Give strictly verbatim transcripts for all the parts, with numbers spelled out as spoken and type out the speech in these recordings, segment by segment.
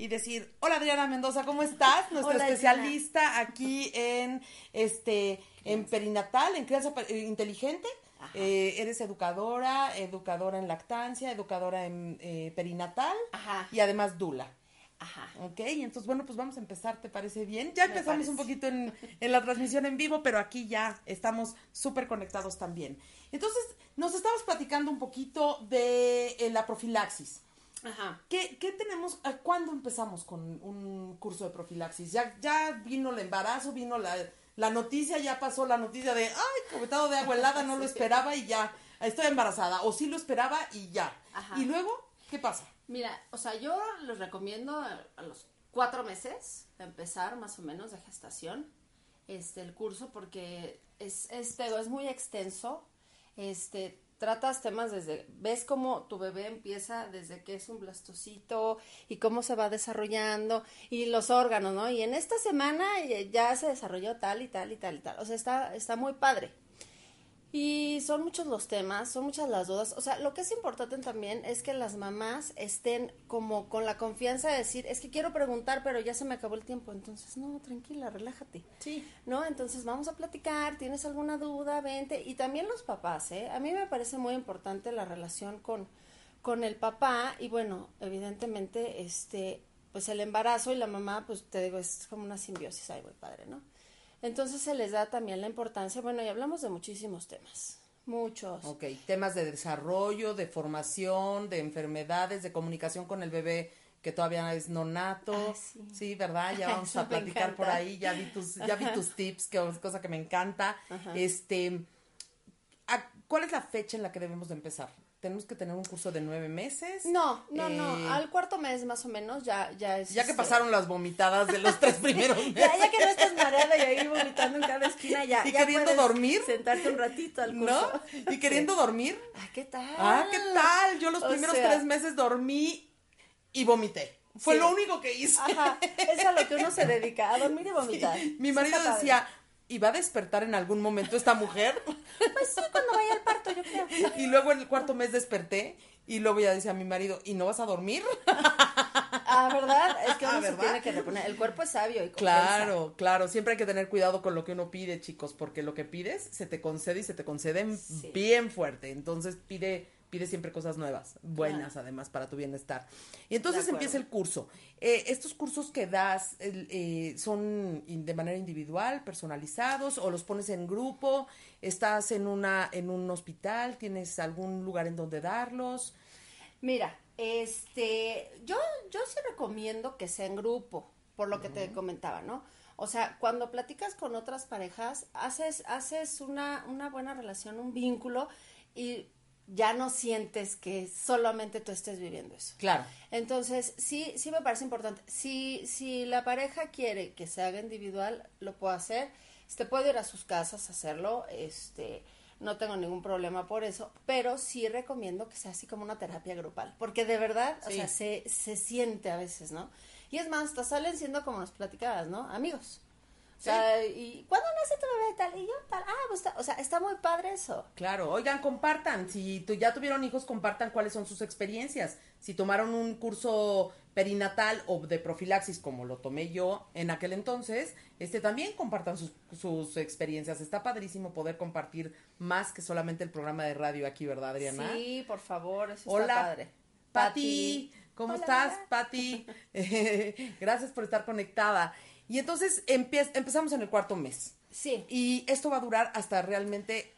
y decir, hola Adriana Mendoza, ¿cómo estás? Nuestra Hola, especialista Adriana. aquí en este en perinatal, en crianza inteligente. Eh, eres educadora, educadora en lactancia, educadora en eh, perinatal. Ajá. Y además dula. Ajá. Ok, entonces bueno, pues vamos a empezar, ¿te parece bien? Ya Me empezamos parece. un poquito en, en la transmisión en vivo, pero aquí ya estamos súper conectados también. Entonces, nos estamos platicando un poquito de eh, la profilaxis. Ajá. ¿Qué, qué tenemos? eh, ¿Cuándo empezamos con un curso de profilaxis? Ya, ya vino el embarazo, vino la, la noticia, ya pasó la noticia de, ay, cubetado de agua helada, no lo esperaba y ya, estoy embarazada. O sí lo esperaba y ya. Ajá. Y luego, ¿qué pasa? Mira, o sea, yo les recomiendo a, a los cuatro meses empezar más o menos de gestación este el curso porque es este es muy extenso. Este tratas temas desde, ves cómo tu bebé empieza desde que es un blastocito y cómo se va desarrollando y los órganos, ¿no? Y en esta semana ya se desarrolló tal y tal y tal y tal. O sea, está, está muy padre. Y son muchos los temas, son muchas las dudas. O sea, lo que es importante también es que las mamás estén como con la confianza de decir, es que quiero preguntar, pero ya se me acabó el tiempo. Entonces, no, tranquila, relájate. Sí. ¿No? Entonces, vamos a platicar, ¿tienes alguna duda? Vente. Y también los papás, ¿eh? A mí me parece muy importante la relación con, con el papá. Y bueno, evidentemente, este, pues el embarazo y la mamá, pues te digo, es como una simbiosis ahí muy padre, ¿no? Entonces se les da también la importancia, bueno, y hablamos de muchísimos temas, muchos. Ok, temas de desarrollo, de formación, de enfermedades, de comunicación con el bebé que todavía es nonato. Ah, sí. Sí, ¿verdad? Ya vamos Eso a me platicar encanta. por ahí, ya vi tus, ya vi tus tips, que es cosa que me encanta. Ajá. Este, ¿a- ¿cuál es la fecha en la que debemos de empezar? ¿Tenemos que tener un curso de nueve meses? No, no, no, Eh, al cuarto mes más o menos ya, ya es. ya que este, pasaron las vomitadas de los tres primeros meses. Ya, ya que no estás mareada y ahí vomitando en cada esquina, ya. Y ya queriendo puedes dormir. sentarte un ratito al curso. ¿No? Y queriendo dormir. Ah, ¿qué tal? Ah, ¿qué tal? Yo los O primeros sea, tres meses dormí y vomité. Fue sí. lo único que hice. Ajá, es a lo que uno se dedica, a dormir y vomitar. Sí. Mi Sí, marido está padre. decía, ¿y va a despertar en algún momento esta mujer? Pues sí, cuando vaya al parto, yo creo. Y luego en el cuarto mes desperté y luego ya decía a mi marido, ¿y no vas a dormir? Ah, ¿verdad? Es que uno Ah, se ¿verdad? tiene que reponer. El cuerpo es sabio y compensa. Claro, claro, siempre hay que tener cuidado con lo que uno pide, chicos, porque lo que pides se te concede y se te conceden Sí. bien fuerte. Entonces pide, pide siempre cosas nuevas, buenas Claro. además para tu bienestar. Y entonces De acuerdo. empieza el curso. Eh, estos cursos que das el, eh, son in- de manera individual, personalizados, o los pones en grupo. ¿Estás en una, en un hospital? ¿Tienes algún lugar en donde darlos? Mira, este, yo, yo sí recomiendo que sea en grupo, por lo que te comentaba, ¿no? O sea, cuando platicas con otras parejas, haces, haces una, una buena relación, un vínculo, y ya no sientes que solamente tú estés viviendo eso. Claro. Entonces, sí, sí me parece importante. Si, si la pareja quiere que se haga individual, lo puede hacer. Este puede ir a sus casas a hacerlo, este, no tengo ningún problema por eso, pero sí recomiendo que sea así como una terapia grupal, porque de verdad, Sí. o sea, se, se siente a veces, ¿no? Y es más, hasta salen siendo como nos platicabas, ¿no? Amigos. O sea, y ¿cuándo nace tu bebé tal? Y yo tal, ah, pues está, o sea, está muy padre eso. Claro, oigan, compartan, si tu, ya tuvieron hijos, compartan cuáles son sus experiencias. Si tomaron un curso perinatal o de profilaxis, como lo tomé yo en aquel entonces, este también compartan sus, sus experiencias. Está padrísimo poder compartir más que solamente el programa de radio aquí, ¿verdad, Adriana? Sí, por favor, eso Hola, está padre. Pati, ¿cómo Hola, estás, hola. Pati? Gracias por estar conectada. Y entonces empie- empezamos en el cuarto mes. Sí, Y esto va a durar hasta realmente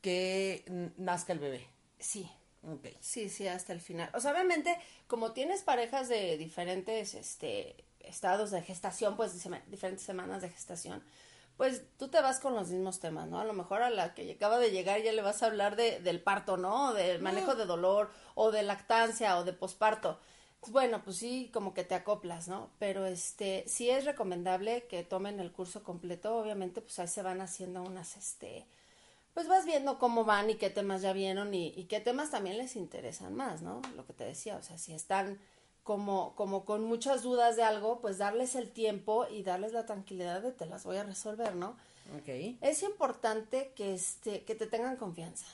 que n- nazca el bebé. sí. Ok. Sí, sí, hasta el final. O sea, obviamente, como tienes parejas de diferentes este, estados de gestación, pues sema- diferentes semanas de gestación, pues tú te vas con los mismos temas, ¿no? A lo mejor a la que acaba de llegar ya le vas a hablar de, del parto, ¿no? O del manejo de dolor, o de lactancia, o de posparto. Bueno, pues sí, como que te acoplas, ¿no? Pero este, sí es recomendable que tomen el curso completo. Obviamente, pues ahí se van haciendo unas, este, pues vas viendo cómo van y qué temas ya vieron y, y qué temas también les interesan más, ¿no? Lo que te decía, o sea, si están como, como con muchas dudas de algo, pues darles el tiempo y darles la tranquilidad de te las voy a resolver, ¿no? Ok. Es importante que, este, que te tengan confianza.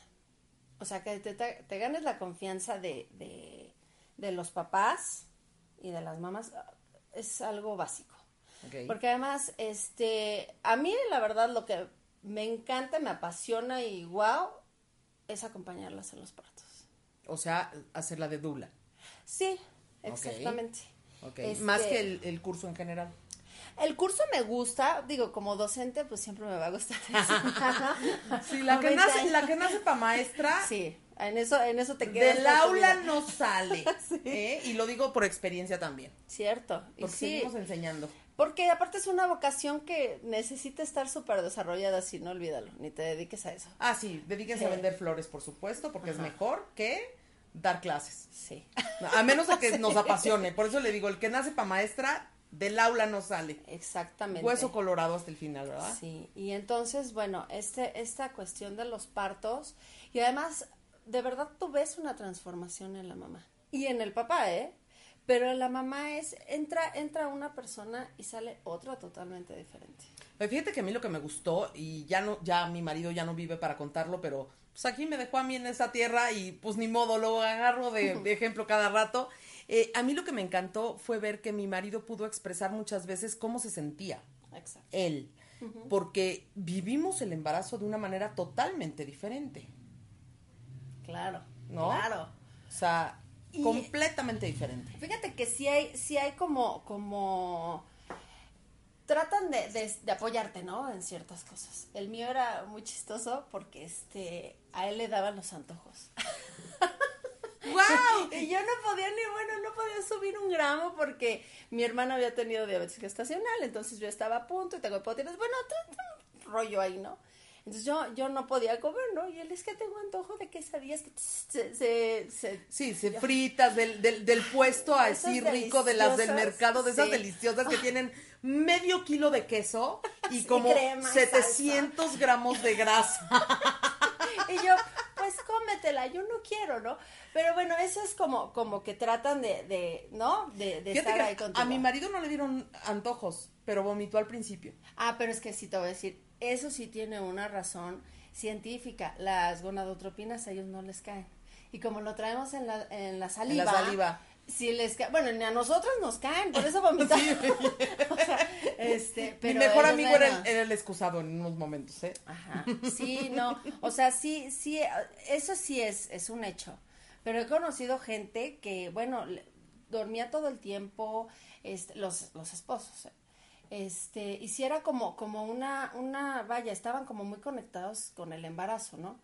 O sea, que te, te, te ganes la confianza de, de, de los papás y de las mamás. es algo básico. Okay. Porque además, este, a mí la verdad lo que me encanta, me apasiona y wow, es acompañarlas en los partos. O sea, hacerla de dula. Sí, exactamente. Okay. Este, Más que el, el curso en general. El curso me gusta, digo, como docente, pues siempre me va a gustar eso. Sí, la que nace, la que nace para maestra. Sí, en eso, en eso te quedas. Del aula no sale. Sí. ¿eh? Y lo digo por experiencia también. Cierto. Porque y sí, seguimos enseñando. Porque aparte es una vocación que necesita estar súper desarrollada, si no olvídalo, ni te dediques a eso. Ah, sí, dedíquense sí. a vender flores, por supuesto, porque Ajá. es mejor que dar clases. Sí. A menos de que sí. nos apasione. Por eso le digo, el que nace para maestra, del aula no sale. Exactamente. Hueso colorado hasta el final, ¿verdad? Sí, y entonces, bueno, este, esta cuestión de los partos, y además, de verdad tú ves una transformación en la mamá. Y en el papá, ¿eh? Pero la mamá es, entra, entra una persona y sale otra totalmente diferente. Fíjate que a mí lo que me gustó, y ya no, ya mi marido ya no vive para contarlo, pero pues aquí me dejó a mí en esa tierra y pues ni modo, lo agarro de, de ejemplo cada rato. Eh, a mí lo que me encantó fue ver que mi marido pudo expresar muchas veces cómo se sentía. Exacto. Él. Uh-huh. Porque vivimos el embarazo de una manera totalmente diferente. Claro. ¿No? Claro. O sea, y completamente diferente. Fíjate que sí hay, sí hay como, como tratan de, de, de apoyarte, ¿no? En ciertas cosas. El mío era muy chistoso porque este a él le daban los antojos. ¡Wow! Y yo no podía ni, bueno, no podía subir un gramo porque mi hermana había tenido diabetes gestacional, entonces yo estaba a punto y tengo hipótesis, bueno, un rollo ahí, ¿no? Entonces yo, yo no podía comer, ¿no? Y él, es que tengo antojo de quesadillas que se... se, se sí, se yo, fritas del, del, del puesto así rico de las del mercado, de esas sí. deliciosas que tienen medio kilo de queso y sí, como crema, setecientos salsa. Gramos de grasa. Y yo, pues cómetela, yo no quiero, ¿no? Pero bueno, eso es como, como que tratan de, de ¿no? De, de estar ahí contigo. A mi marido no le dieron antojos, pero vomitó al principio. Ah, pero es que sí te voy a decir, eso sí tiene una razón científica. Las gonadotropinas a ellos no les caen. Y como lo traemos en la, en la saliva. En la saliva. Sí les cae, bueno, ni a nosotros nos caen, por eso vomitamos. Sí, o sea, este, pero mi mejor amigo era el, era el excusado en unos momentos, ¿eh? Ajá, sí, no, o sea, sí, sí, eso sí es, es un hecho. Pero he conocido gente que, bueno, dormía todo el tiempo, este, los, los esposos, ¿eh? Este, y si era como, como una, una, vaya, estaban como muy conectados con el embarazo, ¿no?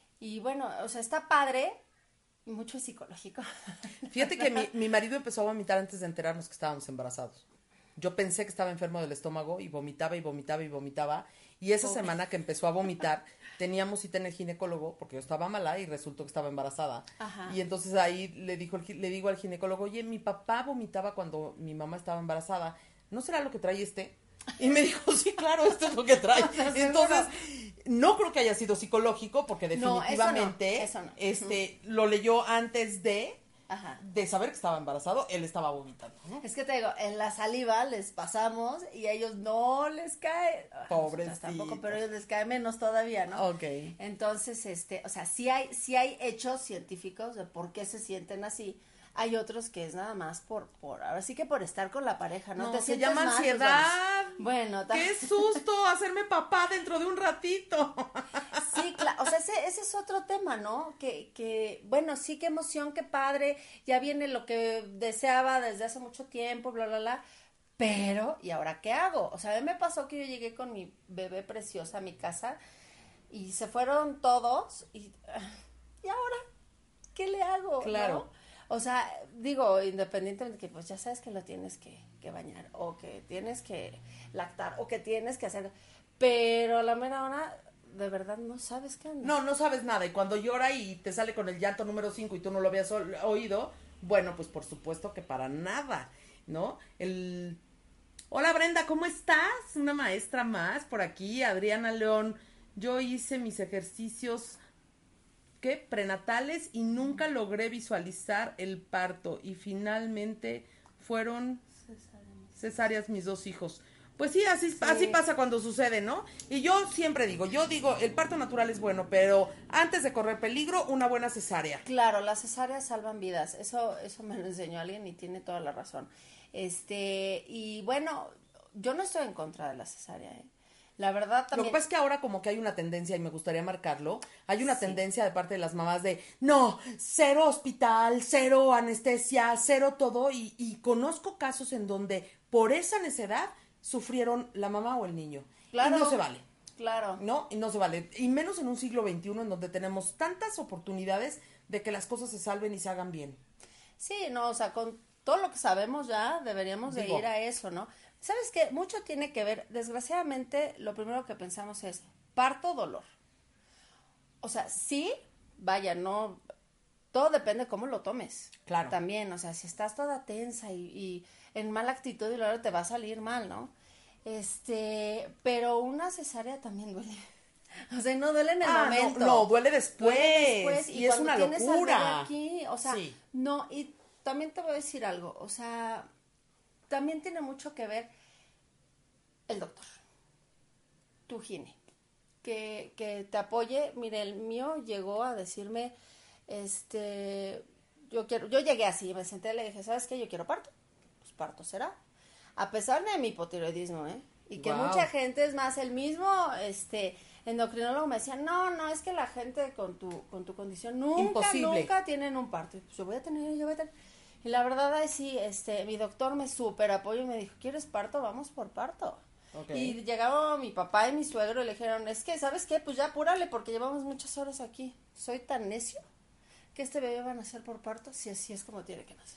Y bueno, o sea, está padre, mucho psicológico. Fíjate que mi, mi marido empezó a vomitar antes de enterarnos que estábamos embarazados. Yo pensé que estaba enfermo del estómago y vomitaba y vomitaba y vomitaba. Y esa Pobre. semana que empezó a vomitar, teníamos cita en el ginecólogo porque yo estaba mala y resultó que estaba embarazada. Ajá. Y entonces ahí le dijo el, le digo al ginecólogo, oye, mi papá vomitaba cuando mi mamá estaba embarazada. ¿No será lo que trae este? Y me dijo, sí, claro, esto es lo que trae. Entonces, no creo que haya sido psicológico porque definitivamente no, eso no, eso no. este uh-huh. lo leyó antes de Ajá. de saber que estaba embarazado, él estaba vomitando, ¿no? Es que te digo, en la saliva les pasamos y a ellos no les cae. Pobres tampoco, pero a ellos les cae menos todavía, ¿no? Ok. Entonces, este, o sea, sí hay, sí hay hechos científicos de por qué se sienten así. Hay otros que es nada más por, por, ahora sí que por estar con la pareja, ¿no? No, Te se llama más, ansiedad. Bueno, ¡qué susto hacerme papá dentro de un ratito! Sí, claro, o sea, ese, ese es otro tema, ¿no? Que, que, bueno, sí, qué emoción, qué padre, ya viene lo que deseaba desde hace mucho tiempo, bla, bla, bla, pero, ¿y ahora qué hago? O sea, a mí me pasó que yo llegué con mi bebé preciosa a mi casa y se fueron todos y, ¿y ahora qué le hago? Claro. ¿no? O sea, digo, independientemente de que pues ya sabes que lo tienes que, que bañar o que tienes que lactar o que tienes que hacer, pero a la mera hora de verdad no sabes qué anda. No, no sabes nada y cuando llora y te sale con el llanto número cinco y tú no lo habías oído, bueno, pues por supuesto que para nada, ¿no? El... Hola Brenda, ¿cómo estás? Una maestra más por aquí, Adriana León. Yo hice mis ejercicios... ¿Qué? Prenatales y nunca logré visualizar el parto y finalmente fueron cesáreas, cesáreas mis dos hijos. Pues sí, así, sí. así pasa cuando sucede, ¿no? Y yo siempre digo, yo digo, el parto natural es bueno, pero antes de correr peligro, una buena cesárea. Claro, las cesáreas salvan vidas, eso, eso me lo enseñó alguien y tiene toda la razón. Este, y bueno, yo no estoy en contra de la cesárea, ¿eh? La verdad también. Lo que pasa es que ahora como que hay una tendencia, y me gustaría marcarlo, hay una Sí. tendencia de parte de las mamás de, no, cero hospital, cero anestesia, cero todo, y, y conozco casos en donde por esa necedad sufrieron la mamá o el niño. Claro. Y no se vale. Claro. No, y no se vale. Y menos en un siglo veintiuno en donde tenemos tantas oportunidades de que las cosas se salven y se hagan bien. Sí, no, o sea, con todo lo que sabemos ya deberíamos de Digo. ir a eso, ¿no? ¿Sabes qué? Mucho tiene que ver, desgraciadamente, lo primero que pensamos es parto, dolor. O sea, sí, vaya, no, todo depende de cómo lo tomes. Claro. También, o sea, si estás toda tensa y, y en mala actitud y luego te va a salir mal, ¿no? Este, pero una cesárea también duele. O sea, no duele en el Ah, momento. no, no, duele después. Duele después, y es cuando una tienes al bebé locura. aquí, o sea, Sí. no, y también te voy a decir algo, o sea, también tiene mucho que ver el doctor, tu gine, que, que te apoye. Mire, el mío llegó a decirme, este, yo quiero, yo llegué así, me senté y le dije, ¿sabes qué? Yo quiero parto, pues parto será, a pesar de mi hipotiroidismo, ¿eh? Y que Wow. mucha gente, es más, el mismo, este, endocrinólogo me decía, no, no, es que la gente con tu, con tu condición nunca, Imposible. nunca tienen un parto. Y pues yo voy a tener, yo voy a tener. Y la verdad es sí, este, mi doctor me súper apoyó y me dijo, ¿quieres parto? Vamos por parto. Ok. Y llegaron mi papá y mi suegro y le dijeron, es que, ¿sabes qué? Pues ya apúrale porque llevamos muchas horas aquí. Soy tan necio que este bebé va a nacer por parto si así es como tiene que nacer.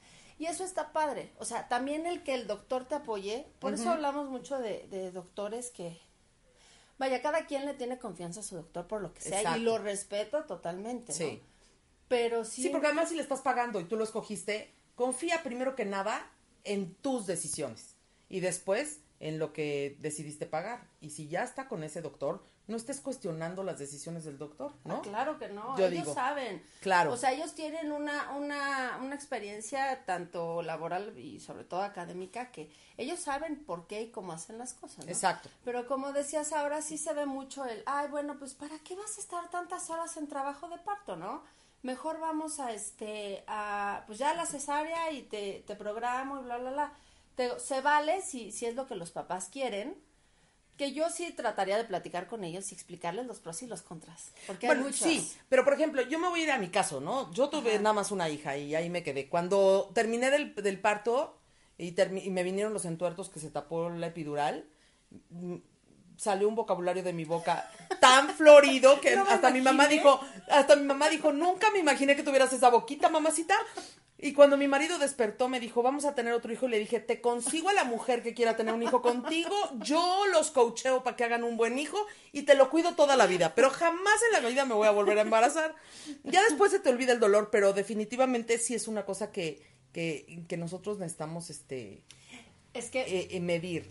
Y eso está padre. O sea, también el que el doctor te apoye. Por Ujú. eso hablamos mucho de, de doctores que... Vaya, cada quien le tiene confianza a su doctor por lo que sea. Exacto. Y lo respeto totalmente, ¿no? Sí. Pero sí... Sí, porque además si le estás pagando y tú lo escogiste, confía primero que nada en tus decisiones y después en lo que decidiste pagar. Y si ya está con ese doctor, no estés cuestionando las decisiones del doctor, ¿no? Ah, claro que no, Yo ellos digo, saben. claro. O sea, ellos tienen una, una, una experiencia tanto laboral y sobre todo académica que ellos saben por qué y cómo hacen las cosas, ¿no? Exacto. Pero como decías ahora, sí se ve mucho el, ay, bueno, pues ¿para qué vas a estar tantas horas en trabajo de parto, no? Mejor vamos a, este, a, pues ya a la cesárea y te, te programo y bla, bla, bla. Te, se vale si, si es lo que los papás quieren, que yo sí trataría de platicar con ellos y explicarles los pros y los contras. Porque Bueno, hay muchos. sí, pero por ejemplo, yo me voy a ir a mi caso, ¿no? Yo tuve Ajá. nada más una hija y ahí me quedé. Cuando terminé del, del parto y, termi- y me vinieron los entuertos que se tapó la epidural, mm, salió un vocabulario de mi boca tan florido que No me hasta mi mamá imaginé. dijo, hasta mi mamá dijo, nunca me imaginé que tuvieras esa boquita, mamacita. Y cuando mi marido despertó, me dijo, vamos a tener otro hijo. Y le dije, te consigo a la mujer que quiera tener un hijo contigo. Yo los coacheo para que hagan un buen hijo y te lo cuido toda la vida. Pero jamás en la vida me voy a volver a embarazar. Ya después se te olvida el dolor, pero definitivamente sí es una cosa que, que, que nosotros necesitamos este, Es que, eh, eh, medir.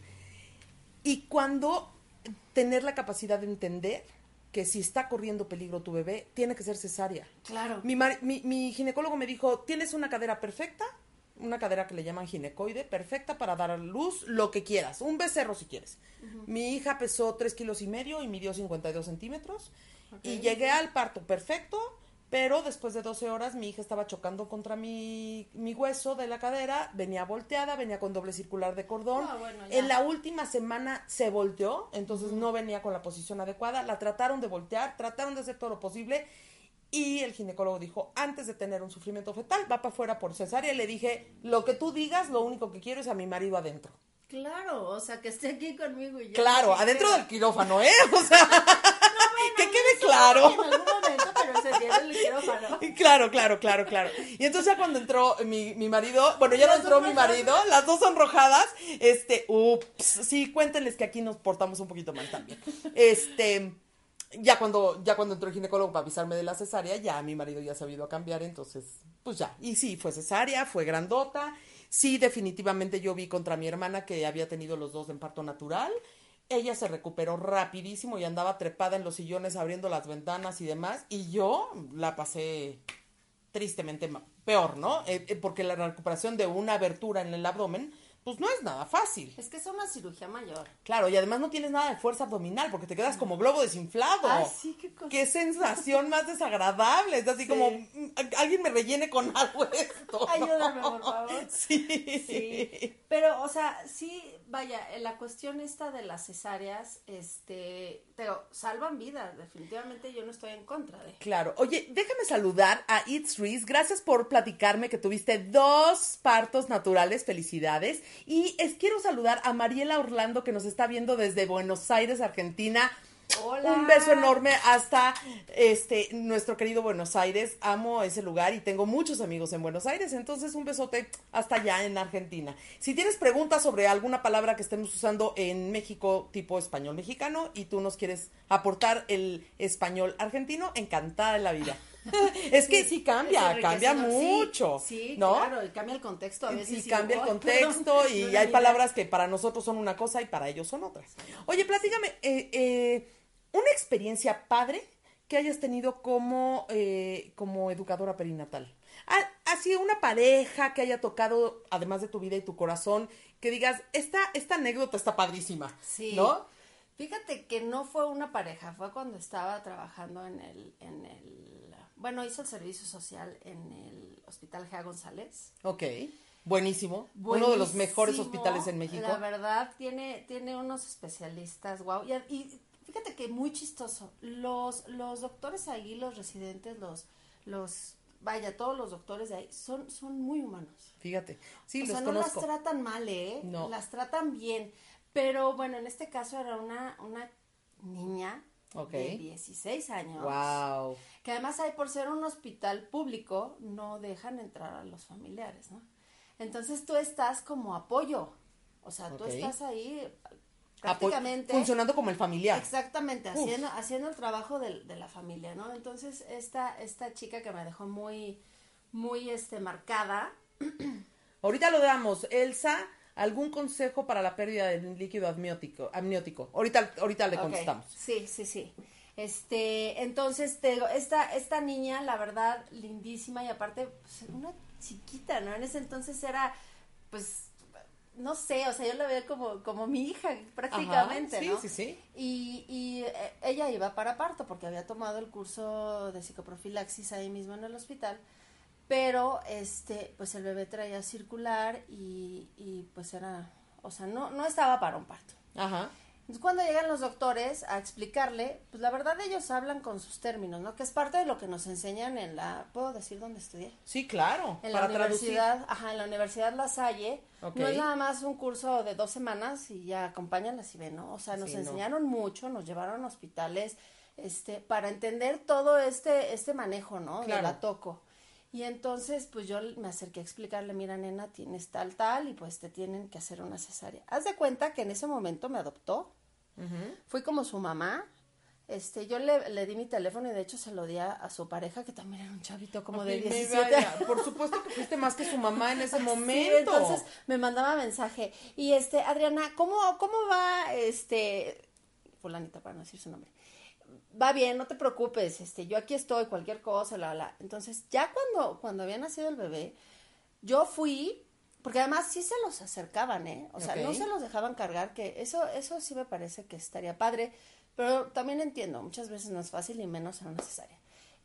Y cuando tener la capacidad de entender que si está corriendo peligro tu bebé, tiene que ser cesárea. claro. Mi, mar- mi, mi ginecólogo me dijo, tienes una cadera perfecta, una cadera que le llaman ginecoide, perfecta para dar a luz lo que quieras, un becerro si quieres. Uh-huh. Mi hija pesó tres kilos y medio y midió cincuenta y dos centímetros. Okay. Y llegué al parto perfecto, pero después de doce horas mi hija estaba chocando contra mi, mi hueso de la cadera, venía volteada, venía con doble circular de cordón. Ah, bueno, en la última semana se volteó, entonces uh-huh. no venía con la posición adecuada, la trataron de voltear, trataron de hacer todo lo posible y el ginecólogo dijo, antes de tener un sufrimiento fetal, va para afuera por cesárea. Y le dije, lo que tú digas, lo único que quiero es a mi marido adentro. Claro, o sea, que esté aquí conmigo y ya. Claro, adentro quiero. Del quirófano, ¿eh? O sea, no, bueno, que quede claro. En algún momento, pero se tiene el quirófano. Claro, claro, claro, claro. Y entonces ya cuando entró mi, mi marido, bueno, ya no entró mi marido, las dos sonrojadas, este, ups, sí, cuéntenles que aquí nos portamos un poquito mal también. Este, ya cuando, ya cuando entró el ginecólogo para avisarme de la cesárea, ya mi marido ya se ha ido a cambiar, entonces, pues ya. Y sí, fue cesárea, fue grandota. Sí, definitivamente yo vi contra mi hermana que había tenido los dos en parto natural. Ella se recuperó rapidísimo y andaba trepada en los sillones abriendo las ventanas y demás. Y yo la pasé tristemente peor, ¿no? Eh, eh, porque la recuperación de una abertura en el abdomen pues no es nada fácil. Es que es una cirugía mayor. Claro, y además no tienes nada de fuerza abdominal porque te quedas como globo desinflado. Ay, sí, qué cosa. Qué sensación más desagradable. Es así Sí. como, "Mm, alguien me rellene con algo esto". Ayúdame, por favor. Sí. Sí, pero, o sea, sí, vaya, en la cuestión esta de las cesáreas, este, pero salvan vidas, definitivamente yo no estoy en contra de. Claro. Oye, déjame saludar a It's Reese. Gracias por platicarme que tuviste dos partos naturales. Felicidades. Y es, quiero saludar a Mariela Orlando que nos está viendo desde Buenos Aires, Argentina. Hola. Un beso enorme hasta este nuestro querido Buenos Aires. Amo ese lugar y tengo muchos amigos en Buenos Aires, entonces un besote hasta allá en Argentina. Si tienes preguntas sobre alguna palabra que estemos usando en México tipo español mexicano y tú nos quieres aportar el español argentino, encantada de la vida. Es que sí, cambia, es cambia enriquecedor. mucho, Sí, sí, ¿no? claro, y cambia el contexto a veces. Y cambia el oh, contexto perdón, y no hay la idea. palabras que para nosotros son una cosa y para ellos son otras. Oye, platícame, eh, eh, una experiencia padre que hayas tenido como, eh, como educadora perinatal. Ha, ha sido una pareja que haya tocado, además de tu vida y tu corazón, que digas, esta, esta anécdota está padrísima, Sí. ¿no? Fíjate que no fue una pareja, fue cuando estaba trabajando en el, en el, bueno, hizo el servicio social en el Hospital Gea González. Ok, buenísimo. Uno de los mejores Buenísimo. hospitales en México. La verdad, tiene, tiene unos especialistas, wow. Y, y fíjate que muy chistoso. Los, los doctores ahí, los residentes, los, los, vaya, todos los doctores de ahí, son, son muy humanos. Fíjate, sí, O los sea, no conozco. las tratan mal, ¿eh? No. Las tratan bien. Pero bueno, en este caso era una, una niña Ok. de dieciséis años. Wow. Que además hay por ser un hospital público, no dejan entrar a los familiares, ¿no? Entonces tú estás como apoyo. O sea, tú Ok. estás ahí Apo- prácticamente. funcionando como el familiar. Exactamente, Uf. haciendo, haciendo el trabajo de, de la familia, ¿no? Entonces, esta, esta chica que me dejó muy, muy este, marcada. Ahorita lo damos. Elsa, ¿algún consejo para la pérdida del líquido amniótico? amniótico? Ahorita, ahorita le Ok, contestamos. sí, sí, sí. Este, entonces, te digo, esta, esta niña, la verdad, lindísima y aparte, pues, una chiquita, ¿no? En ese entonces era, pues, no sé, o sea, yo la veía como, como mi hija, prácticamente, Ajá, sí, ¿no? sí, sí. Y, y eh, ella iba para parto porque había tomado el curso de psicoprofilaxis ahí mismo en el hospital, pero, este, pues el bebé traía circular y, y pues era, o sea, no, no estaba para un parto. Ajá. Entonces, cuando llegan los doctores a explicarle, pues la verdad ellos hablan con sus términos, ¿no? Que es parte de lo que nos enseñan en la, ¿puedo decir dónde estudié? Sí, claro. En para la traducir. universidad, ajá, en la Universidad La Salle, Ok. no es nada más un curso de dos semanas y ya acompáñalas y ven, ¿no? O sea, nos Sí, no. enseñaron mucho, nos llevaron a hospitales, este, para entender todo este, este manejo, ¿no? Claro. De la toco. Y entonces, pues yo me acerqué a explicarle, mira, nena, tienes tal, tal, y pues te tienen que hacer una cesárea. Haz de cuenta que en ese momento me adoptó. Ujú. Fui como su mamá, este, yo le, le di mi teléfono y de hecho se lo di a, a su pareja, que también era un chavito como de Ok, me diecisiete vaya. Por supuesto que fuiste más que su mamá en ese Sí, momento. entonces me mandaba mensaje, y este, Adriana, ¿cómo, cómo va, este, fulanita, para no decir su nombre? Va bien, no te preocupes, este, yo aquí estoy, cualquier cosa, la, la. Entonces, ya cuando, cuando había nacido el bebé, yo fui, porque además sí se los acercaban, ¿eh? O sea, Ok. no se los dejaban cargar, que eso, eso sí me parece que estaría padre, pero también entiendo, muchas veces no es fácil y menos en una cesárea.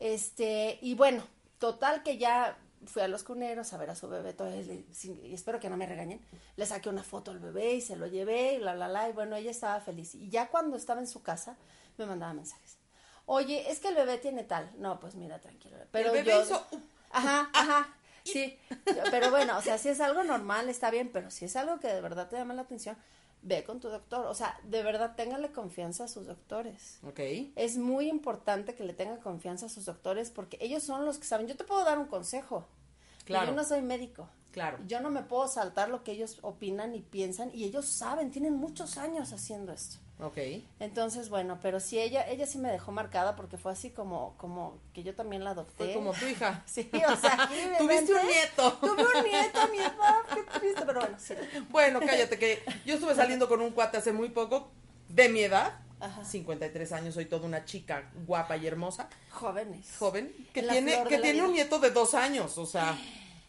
Este, y bueno, total que ya fui a los cuneros a ver a su bebé, todo, y, y espero que no me regañen, le saqué una foto al bebé y se lo llevé, y la, la, la, y bueno, ella estaba feliz. Y ya cuando estaba en su casa, me mandaba mensajes. Oye, es que el bebé tiene tal. No, pues mira, tranquilo. Pero el bebé yo... hizo... Ajá, ajá, sí. Yo- pero bueno, o sea, si es algo normal, está bien, pero si es algo que de verdad te llama la atención, ve con tu doctor. O sea, de verdad, téngale confianza a sus doctores. Ok. Es muy importante que le tengan confianza a sus doctores porque ellos son los que saben. Yo te puedo dar un consejo, pero Claro. yo no soy médico. Claro. Yo no me puedo saltar lo que ellos opinan y piensan, y ellos saben, tienen muchos años haciendo esto. Ok. Entonces, bueno, pero sí, ella ella sí me dejó marcada porque fue así como como que yo también la adopté. Fue como tu hija. Sí, o sea, aquí de Tuviste un repente, nieto. Tuve un nieto, mi edad, qué triste, pero bueno, sí. Bueno, cállate, que yo estuve saliendo con un cuate hace muy poco, de mi edad, Ajá. cincuenta y tres años, soy toda una chica guapa y hermosa, Jóvenes. joven, que En la tiene, flor que de la tiene un vida. nieto de dos años, o sea,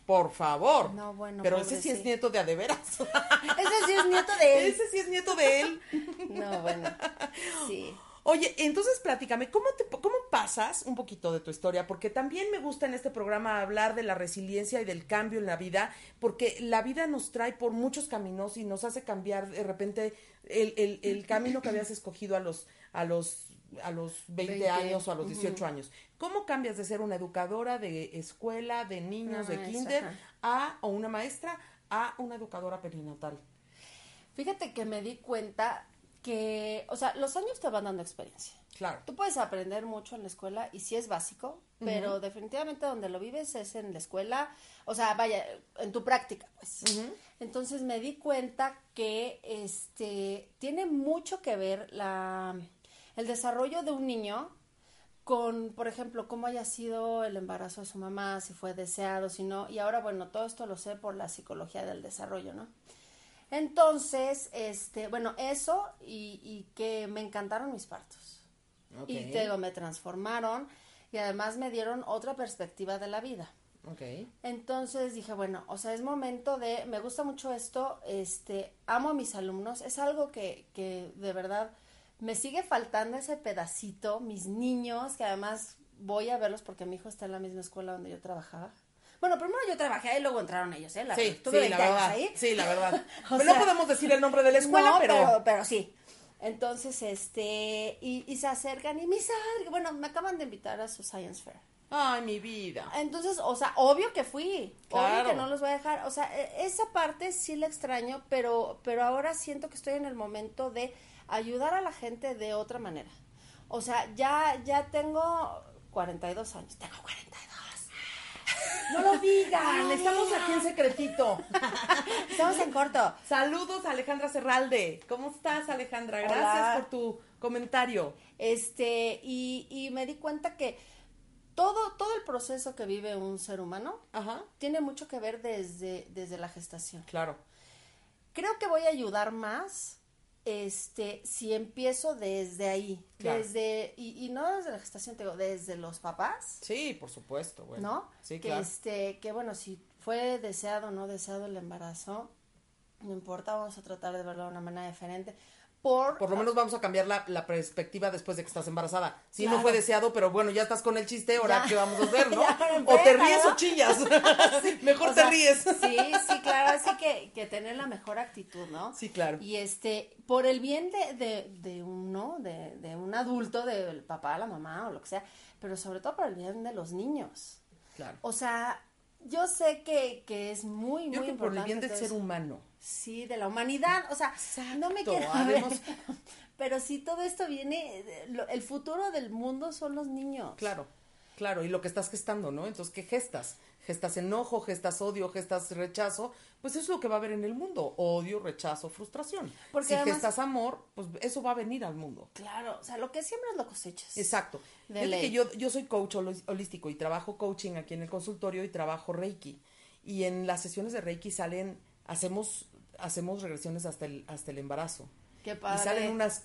Por favor. No, bueno, pero pobre, ese sí, sí es nieto de a de veras. Ese sí es nieto de él. Ese sí es nieto de él. No, bueno, sí. Oye, entonces platícame, ¿cómo, te, ¿cómo pasas un poquito de tu historia? Porque también me gusta en este programa hablar de la resiliencia y del cambio en la vida, porque la vida nos trae por muchos caminos y nos hace cambiar de repente el, el, el camino que habías escogido a los, a los, a los veinte, veinte años o a los dieciocho uh-huh. años. ¿Cómo cambias de ser una educadora de escuela, de niños, una de maestra, kinder, ajá. a, o una maestra, a una educadora perinatal? Fíjate que me di cuenta que, o sea, los años te van dando experiencia. Claro. Tú puedes aprender mucho en la escuela y sí es básico, uh-huh. pero definitivamente donde lo vives es en la escuela, o sea, vaya, en tu práctica, pues. Uh-huh. Entonces me di cuenta que este tiene mucho que ver la el desarrollo de un niño con, por ejemplo, cómo haya sido el embarazo de su mamá, si fue deseado, si no, y ahora, bueno, todo esto lo sé por la psicología del desarrollo, ¿no? Entonces, este, bueno, eso y, y que me encantaron mis partos. Okay. Y te digo, me transformaron y además me dieron otra perspectiva de la vida. Okay. Entonces dije, bueno, o sea, es momento de, me gusta mucho esto, este, amo a mis alumnos, es algo que, que de verdad me sigue faltando ese pedacito, mis niños, que además voy a verlos porque mi hijo está en la misma escuela donde yo trabajaba. Bueno, primero yo trabajé ahí y luego entraron ellos, ¿eh? La, sí, tuve sí, la verdad. Ahí. Sí, la verdad. Pero no podemos decir el nombre de la escuela, no, pero... pero... pero sí. Entonces, este, y, y se acercan y me dicen, bueno, me acaban de invitar a su Science Fair. Ay, mi vida. Entonces, o sea, obvio que fui, claro. obvio que no los voy a dejar, o sea, esa parte sí la extraño, pero, pero ahora siento que estoy en el momento de ayudar a la gente de otra manera. O sea, ya, ya tengo cuarenta y dos años, tengo cuarenta y dos. No lo digan, no estamos digan. Aquí en secretito. Estamos en corto. Saludos a Alejandra Serralde. ¿Cómo estás, Alejandra? Gracias Hola. Por tu comentario. Este, y, y me di cuenta que todo, todo el proceso que vive un ser humano Ajá. tiene mucho que ver desde, desde la gestación. Claro. Creo que voy a ayudar más este si empiezo desde ahí, claro. desde y, y no desde la gestación, te digo, desde los papás. Sí, por supuesto, bueno. ¿No? Sí, que claro. este que bueno, si fue deseado o no deseado el embarazo, no importa, vamos a tratar de verlo de una manera diferente. Por, por lo menos vamos a cambiar la, la perspectiva después de que estás embarazada. Sí, claro. no fue deseado, pero bueno, ya estás con el chiste, ahora ya. ¿Qué vamos a hacer, no? Empieza, o te ríes ¿no? o chillas. Sí. Mejor o te sea, ríes. Sí, sí, claro, así que, que tener la mejor actitud, ¿no? Sí, claro. Y este, por el bien de, de, de uno, de, de un adulto, del papá, la mamá o lo que sea, pero sobre todo por el bien de los niños. Claro. O sea, yo sé que, que es muy, yo muy que importante. Por el bien del eso. ser humano. Sí, de la humanidad, o sea, Exacto. no me quiero Haremos... pero sí todo esto viene, el futuro del mundo son los niños. Claro, claro, y lo que estás gestando, ¿no? Entonces, ¿qué gestas? Gestas enojo, gestas odio, gestas rechazo, pues eso es lo que va a haber en el mundo, odio, rechazo, frustración. Porque si además, gestas amor, pues eso va a venir al mundo. Claro, o sea, lo que siembras lo cosechas. Exacto. Fíjate que yo, yo soy coach holístico y trabajo coaching aquí en el consultorio y trabajo Reiki. Y en las sesiones de Reiki salen, hacemos, hacemos regresiones hasta el, hasta el embarazo. Qué padre. Y salen unas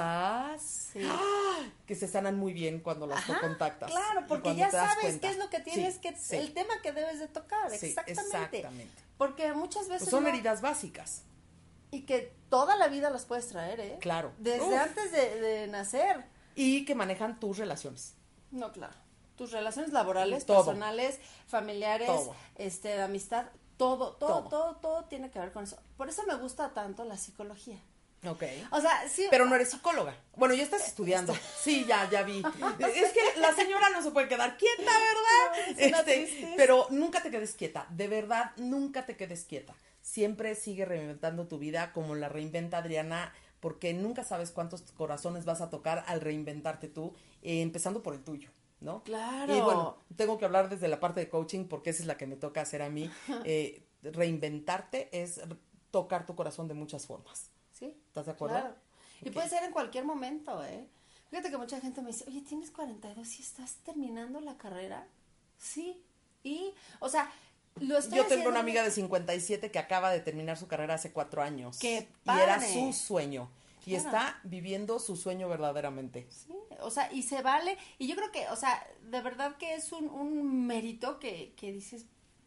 cosas sí. ¡ah! Que se sanan muy bien cuando las Ajá, contactas. Claro, porque ya sabes cuenta. Qué es lo que tienes sí, que, sí. el tema que debes de tocar, sí, exactamente. exactamente. Porque muchas veces pues son no, heridas básicas. Y que toda la vida las puedes traer, ¿eh? Claro. Desde Uf. antes de, de nacer. Y que manejan tus relaciones. No, claro. Tus relaciones laborales, todo. personales, familiares, todo. este, de amistad, todo, todo, todo, todo, todo tiene que ver con eso. Por eso me gusta tanto la psicología. Okay. O sea, sí. Pero no eres psicóloga. Bueno, ya estás estudiando. Sí, ya, ya vi. Es que la señora no se puede quedar quieta, ¿verdad? No, este, pero nunca te quedes quieta. De verdad, nunca te quedes quieta. Siempre sigue reinventando tu vida como la reinventa Adriana, porque nunca sabes cuántos corazones vas a tocar al reinventarte tú, eh, empezando por el tuyo, ¿no? Claro. Y bueno, tengo que hablar desde la parte de coaching porque esa es la que me toca hacer a mí. Eh, reinventarte es tocar tu corazón de muchas formas. Sí. ¿Estás de acuerdo? Claro. Y okay. puede ser en cualquier momento, ¿eh? Fíjate que mucha gente me dice, oye, ¿tienes cuarenta y dos y estás terminando la carrera? Sí. Y, o sea, lo estoy Yo tengo haciendo... una amiga de cincuenta y siete que acaba de terminar su carrera hace cuatro años. ¡Qué Y padre! era su sueño. Y claro. está viviendo su sueño verdaderamente. Sí, o sea, y se vale. Y yo creo que, o sea, de verdad que es un, un mérito que, que dices,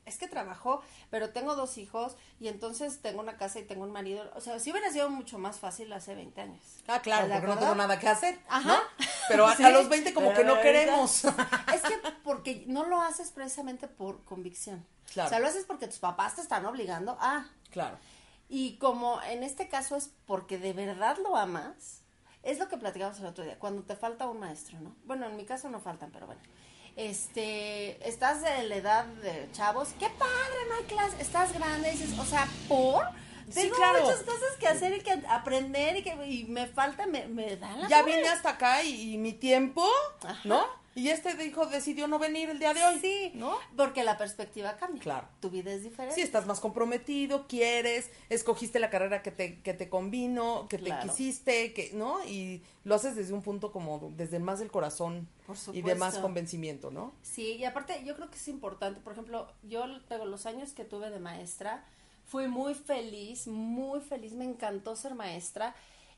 es que trabajo, pero tengo dos hijos y entonces tengo una casa y tengo un marido. O sea, sí hubiera sido mucho más fácil hace veinte años. Ah, claro, ¿De porque no acuerdo? tengo nada que hacer, Ajá. ¿no? Pero a, Sí, a los veinte como pero que no ahorita- queremos. Es que porque no lo haces precisamente por convicción. Claro. O sea, lo haces porque tus papás te están obligando a... Claro. Y como en este caso es porque de verdad lo amas, es lo que platicamos el otro día, cuando te falta un maestro, ¿no? Bueno, en mi caso no faltan, pero bueno. Este, estás en la edad de chavos, qué padre, no hay clase, estás grande, dices, o sea, ¿por? Sí, Tengo claro. muchas cosas que hacer y que aprender y que y me falta, me, me dan la Ya torre. vine hasta acá y, y mi tiempo, Ajá. ¿no? Y este hijo decidió no venir el día de hoy. Sí, ¿no? porque la perspectiva cambia. Claro. Tu vida es diferente. Sí, estás más comprometido, quieres, escogiste la carrera que te, que te convino, que Claro. te quisiste, que, ¿no? Y lo haces desde un punto como, desde más del corazón Por y de más supuesto. convencimiento, ¿no? Sí, y aparte yo creo que es importante, por ejemplo, yo tengo los años que tuve de maestra, fui muy feliz, muy feliz, me encantó ser maestra,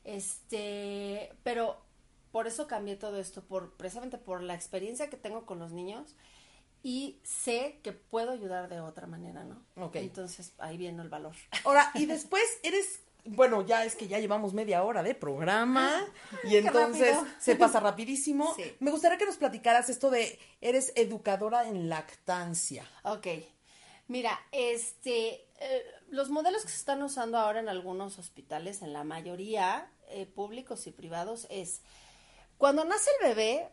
este, pero por eso cambié todo esto, por precisamente por la experiencia que tengo con los niños y sé que puedo ayudar de otra manera, ¿no? Ok. Entonces ahí viene el valor. Ahora, y después eres, bueno, ya es que ya llevamos media hora de programa y qué entonces rápido. se pasa rapidísimo. Sí. Me gustaría que nos platicaras esto de, eres educadora en lactancia. Ok, mira, este, eh, los modelos que se están usando ahora en algunos hospitales, en la mayoría, eh, públicos y privados, es cuando nace el bebé,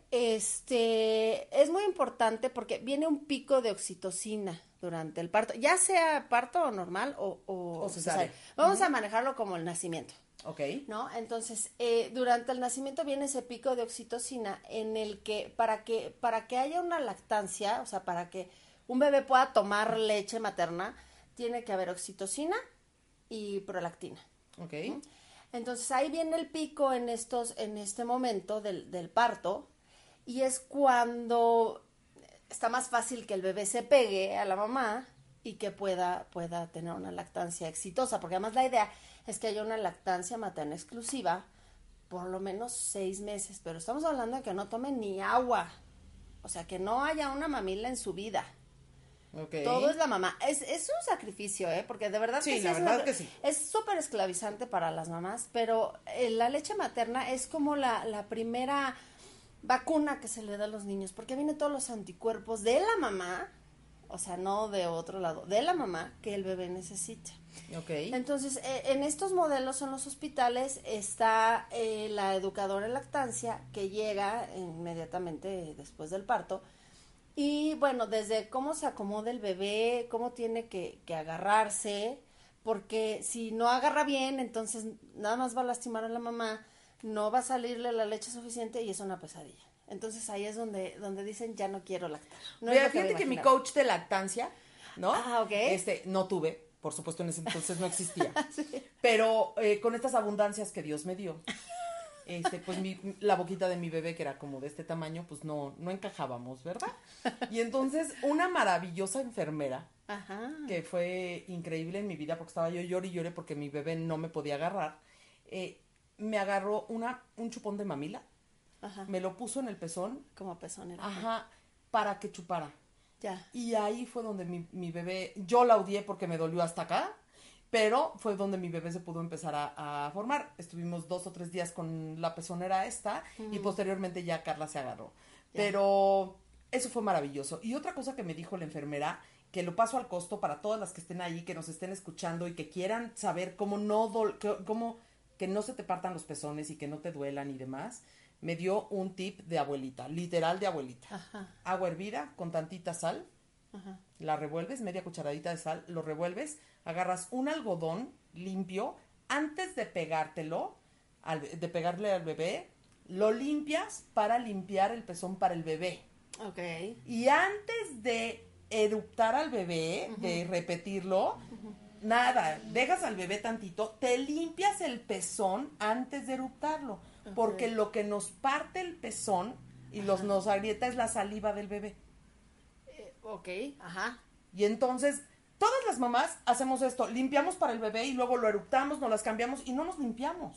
este, es muy importante porque viene un pico de oxitocina durante el parto, ya sea parto normal o, o, O cesárea. Vamos a manejarlo como el nacimiento. Ok. ¿No? Entonces, eh, durante el nacimiento viene ese pico de oxitocina en el que para que para que haya una lactancia, o sea, para que un bebé pueda tomar leche materna, tiene que haber oxitocina y prolactina. Ok. ¿no? Entonces, ahí viene el pico en estos en este momento del, del parto y es cuando está más fácil que el bebé se pegue a la mamá y que pueda pueda tener una lactancia exitosa, porque además la idea es que haya una lactancia materna exclusiva por lo menos seis meses, pero estamos hablando de que no tome ni agua, o sea, que no haya una mamila en su vida. Ok. Todo es la mamá. Es, es un sacrificio, ¿eh? Porque de verdad Sí, que sí la es verdad una- que sí. es súper esclavizante para las mamás, pero eh, la leche materna es como la, la primera vacuna que se le da a los niños, porque vienen todos los anticuerpos de la mamá, o sea, no de otro lado, de la mamá que el bebé necesita. Ok. Entonces, eh, en estos modelos en los hospitales está eh, la educadora en lactancia que llega inmediatamente después del parto y bueno, desde cómo se acomoda el bebé, cómo tiene que, que agarrarse, porque si no agarra bien, entonces nada más va a lastimar a la mamá, no va a salirle la leche suficiente y es una pesadilla. Entonces ahí es donde, donde dicen ya no quiero lactar. No es Mira, lo que me fíjate que mi imaginaba. coach de lactancia, ¿no? Ah, ok. Este, no tuve, por supuesto en ese entonces no existía. Pero eh, con estas abundancias que Dios me dio, este, pues mi, la boquita de mi bebé, que era como de este tamaño, pues no, no encajábamos, ¿verdad? Y entonces una maravillosa enfermera, Ajá. que fue increíble en mi vida, porque estaba yo llore y llore porque mi bebé no me podía agarrar, eh, me agarró una, un chupón de mamila, Ajá. me lo puso en el pezón, Como pezonera. ajá, para que chupara. Ya. Y ahí fue donde mi, mi bebé, yo la odié porque me dolió hasta acá, pero fue donde mi bebé se pudo empezar a, a formar. Estuvimos dos o tres días con la pezonera esta y posteriormente ya Carla se agarró. Ya. Pero eso fue maravilloso. Y otra cosa que me dijo la enfermera, que lo paso al costo para todas las que estén ahí, que nos estén escuchando y que quieran saber cómo no, dol- que, cómo, que no se te partan los pezones y que no te duelan y demás, me dio un tip de abuelita, literal de abuelita. Ajá. Agua hervida con tantita sal, Ajá. la revuelves, media cucharadita de sal, lo revuelves, agarras un algodón limpio, antes de pegártelo, al- de pegarle al bebé, lo limpias para limpiar el pezón para el bebé. Ok. Y antes de eruptar al bebé, de repetirlo, nada, dejas al bebé tantito, te limpias el pezón antes de eruptarlo, porque lo que nos parte el pezón y los nos agrieta es la saliva del bebé. Eh, ok. Ajá. Y entonces, todas las mamás hacemos esto, limpiamos para el bebé y luego lo eructamos, nos las cambiamos y no nos limpiamos.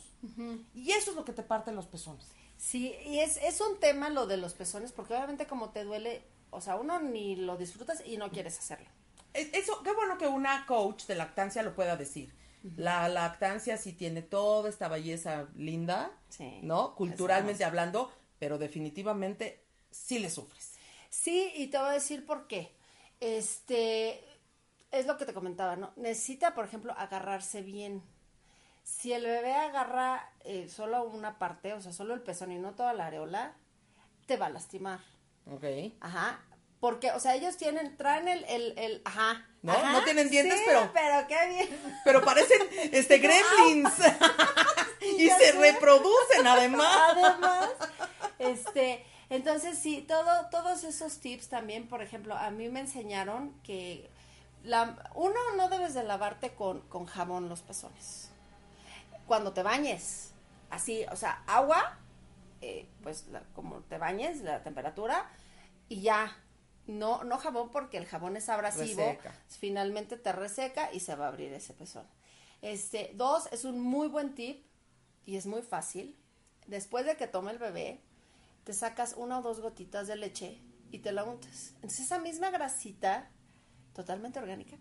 Y eso es lo que te parte los pezones. Sí, y es, es un tema lo de los pezones, porque obviamente como te duele, o sea, uno ni lo disfrutas y no quieres hacerlo. Eso, qué bueno que una coach de lactancia lo pueda decir. Uh-huh. La lactancia sí tiene toda esta belleza linda, sí, ¿no? Culturalmente hablando, pero definitivamente sí le sufres. Sí, y te voy a decir por qué. Este, es lo que te comentaba, ¿no? Necesita, por ejemplo, agarrarse bien. Si el bebé agarra eh, solo una parte, o sea, solo el pezón y no toda la areola, te va a lastimar. Ok. Ajá. Porque, o sea, ellos tienen, traen el, el, el, ajá. ¿No? Ajá, no tienen dientes, sí, pero. pero qué bien. Pero parecen, este, gremlins. Y se sé. reproducen, además. Además, este, entonces sí, todo, todos esos tips también, por ejemplo, a mí me enseñaron que la, uno, no debes de lavarte con, con jabón los pezones. Cuando te bañes, así, o sea, agua, eh, pues la, como te bañes, la temperatura, y ya. No, no jabón, porque el jabón es abrasivo, reseca. Finalmente te reseca y se va a abrir ese pezón. Este, dos, es un muy buen tip y es muy fácil. Después de que tome el bebé, te sacas una o dos gotitas de leche y te la untas. Entonces esa misma grasita, totalmente orgánica,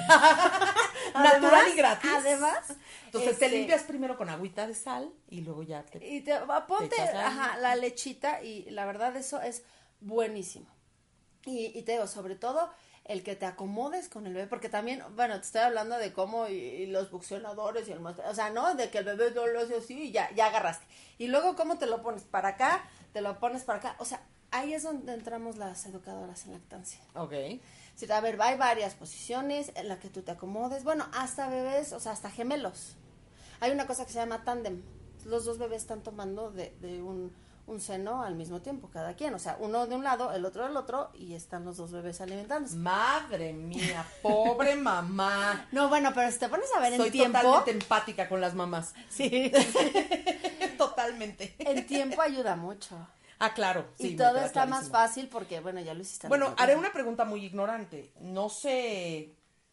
natural además, y gratis. Además, entonces este, te limpias primero con agüita de sal y luego ya te. Y te ponte, te ajá, la lechita, y la verdad eso es buenísimo. Y, y te digo, sobre todo, el que te acomodes con el bebé, porque también, bueno, te estoy hablando de cómo y, y los buccionadores y el más, o sea, ¿no? De que el bebé no lo hace así y ya, ya agarraste. Y luego, ¿cómo te lo pones? Para acá, te lo pones para acá. O sea, ahí es donde entramos las educadoras en lactancia. Ok. Sí, a ver, hay varias posiciones en las que tú te acomodes. Bueno, hasta bebés, o sea, hasta gemelos. Hay una cosa que se llama tándem. Los dos bebés están tomando de, de un... un seno al mismo tiempo, cada quien, o sea, uno de un lado, el otro del otro, y están los dos bebés alimentándose. Madre mía, pobre mamá. No, bueno, pero si te pones a ver Soy en tiempo... Soy totalmente empática con las mamás. Sí. Totalmente. El tiempo ayuda mucho. Ah, claro. Sí, y todo está clarísimo. Más fácil porque, bueno, ya lo hiciste. Bueno, haré una pregunta muy ignorante. No sé...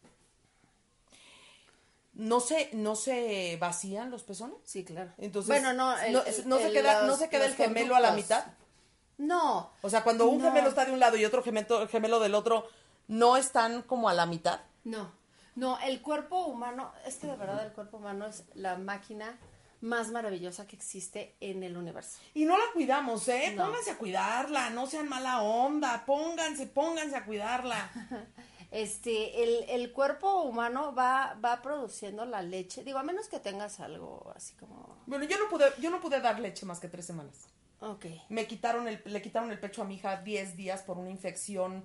¿No se, ¿No se vacían los pezones? Sí, claro. Entonces, bueno, no, el, no, el, no, se el, queda, los, ¿no se queda el gemelo conductos. A la mitad? No. O sea, cuando un no. gemelo está de un lado y otro gemelo, gemelo del otro, ¿no están como a la mitad? No, no, el cuerpo humano, es que de verdad el cuerpo humano es la máquina más maravillosa que existe en el universo. Y no la cuidamos, ¿eh? No. Pónganse a cuidarla, no sean mala onda, pónganse, pónganse a cuidarla. Este, el, el cuerpo humano va, va produciendo la leche, digo, a menos que tengas algo así como... Bueno, yo no pude, yo no pude dar leche más que tres semanas. Ok. Me quitaron el, le quitaron el pecho a mi hija diez días por una infección,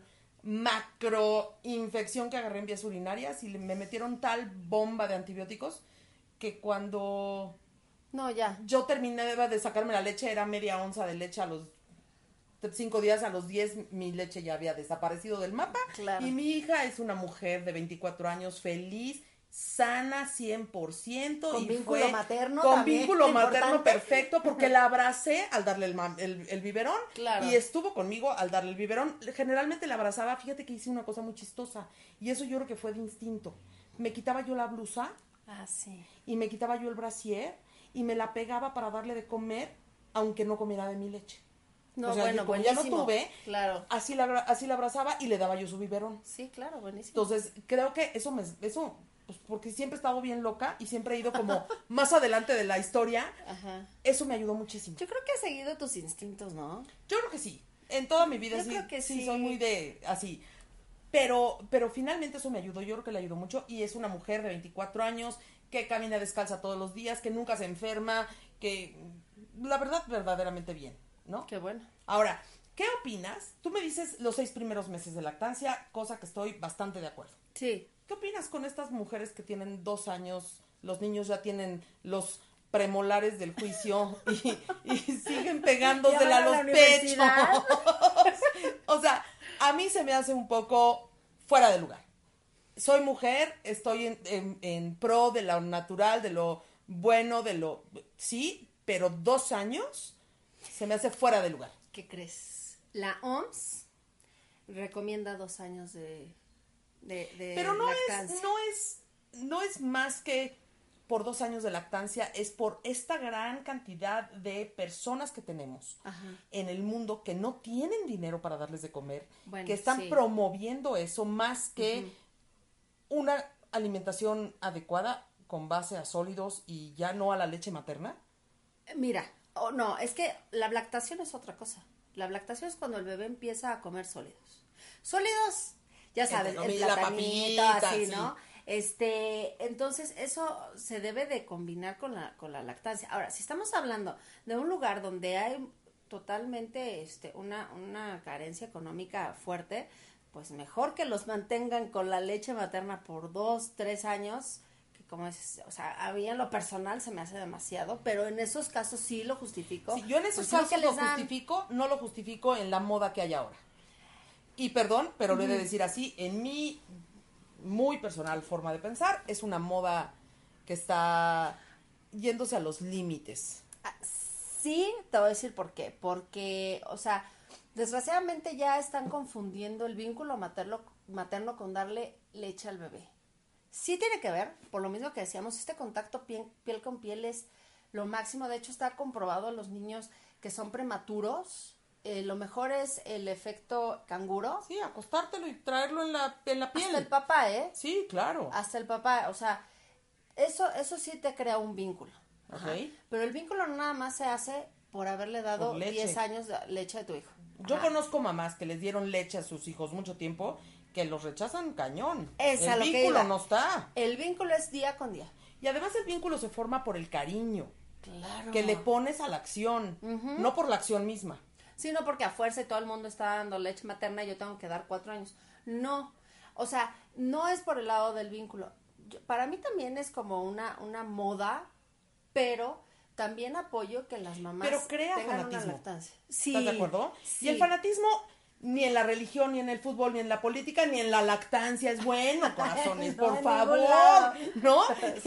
macroinfección que agarré en vías urinarias y le, me metieron tal bomba de antibióticos que cuando... No, ya. Yo terminé de sacarme la leche, era media onza de leche a los... Cinco días, a los diez mi leche ya había desaparecido del mapa. Claro. Y mi hija es una mujer de veinticuatro años, feliz, sana cien por ciento. Con y vínculo fue materno Con también, vínculo materno importante. perfecto, porque la abracé al darle el, el, el biberón. Claro. Y estuvo conmigo al darle el biberón. Generalmente la abrazaba, fíjate que hice una cosa muy chistosa. Y eso yo creo que fue de instinto. Me quitaba yo la blusa. Ah, sí. Y me quitaba yo el brasier. Y me la pegaba para darle de comer, aunque no comiera de mi leche. No, o sea, bueno, yo, como buenísimo. ya no tuve, claro. así la, así la abrazaba y le daba yo su biberón. Sí, claro, buenísimo. Entonces, creo que eso me, eso, pues porque siempre he estado bien loca y siempre he ido como más adelante de la historia. Ajá. Eso me ayudó muchísimo. Yo creo que has seguido tus instintos, ¿no? Yo creo que sí. En toda mi vida yo sí, creo que sí, sí, soy muy de así. Pero, pero finalmente eso me ayudó, yo creo que le ayudó mucho. Y es una mujer de veinticuatro años que camina descalza todos los días, que nunca se enferma, que la verdad, verdaderamente bien, ¿no? Qué bueno. Ahora, ¿qué opinas? Tú me dices los seis primeros meses de lactancia, cosa que estoy bastante de acuerdo. Sí. ¿Qué opinas con estas mujeres que tienen dos años, los niños ya tienen los premolares del juicio y, y siguen pegándosela a los pechos? O sea, a mí se me hace un poco fuera de lugar. Soy mujer, estoy en, en, en pro de lo natural, de lo bueno, de lo... Sí, pero dos años se me hace fuera de lugar. ¿Qué crees? La O M S recomienda dos años de, de, de pero no lactancia. es, no es, no es más que por dos años de lactancia, es por esta gran cantidad de personas que tenemos Ajá. en el mundo que no tienen dinero para darles de comer, bueno, que están sí. promoviendo eso más que uh-huh. una alimentación adecuada con base a sólidos y ya no a la leche materna? Mira, oh, no, es que la lactación es otra cosa. La lactación es cuando el bebé empieza a comer sólidos. Sólidos, ya sabes, el comida, la platanito, papita, así, sí. ¿no? Este, entonces eso se debe de combinar con la, con la lactancia. Ahora, si estamos hablando de un lugar donde hay totalmente este, una, una carencia económica fuerte, pues mejor que los mantengan con la leche materna por dos, tres años, que como es, o sea, a mí en lo personal se me hace demasiado, pero en esos casos sí lo justifico. Sí, yo en esos Pues sí, lo casos que lo les dan- justifico, no lo justifico en la moda que hay ahora. Y perdón, pero lo he de decir así, en mi muy personal forma de pensar, es una moda que está yéndose a los límites. Ah, sí, te voy a decir por qué. Porque, o sea, desgraciadamente ya están confundiendo el vínculo materno, materno con darle leche al bebé. Sí tiene que ver, por lo mismo que decíamos, este contacto piel, piel con piel es lo máximo. De hecho, está comprobado en los niños que son prematuros. Eh, lo mejor es el efecto canguro. Sí, acostártelo y traerlo en la, en la piel. Hasta el papá, ¿eh? Sí, claro. Hasta el papá, o sea, eso, eso sí te crea un vínculo. Ajá. Ok. Pero el vínculo no nada más se hace por haberle dado Por leche. diez años de leche a tu hijo. Yo Ajá. conozco mamás que les dieron leche a sus hijos mucho tiempo que los rechazan cañón. Es a el lo que vínculo iba. no está. El vínculo es día con día. Y además el vínculo se forma por el cariño Claro. que le pones a la acción, Ujú. no por la acción misma. Sí, no porque a fuerza y todo el mundo está dando leche materna y yo tengo que dar cuatro años. No, o sea, no es por el lado del vínculo. Yo- para mí también es como una, una moda, pero también apoyo que las mamás Pero crea tengan fanatismo. una lactancia. Sí, ¿Estás de acuerdo? sí. Y el fanatismo ni en la religión, ni en el fútbol, ni en la política, ni en la lactancia es bueno, corazones, No, por en favor, ningún lado. ¿no?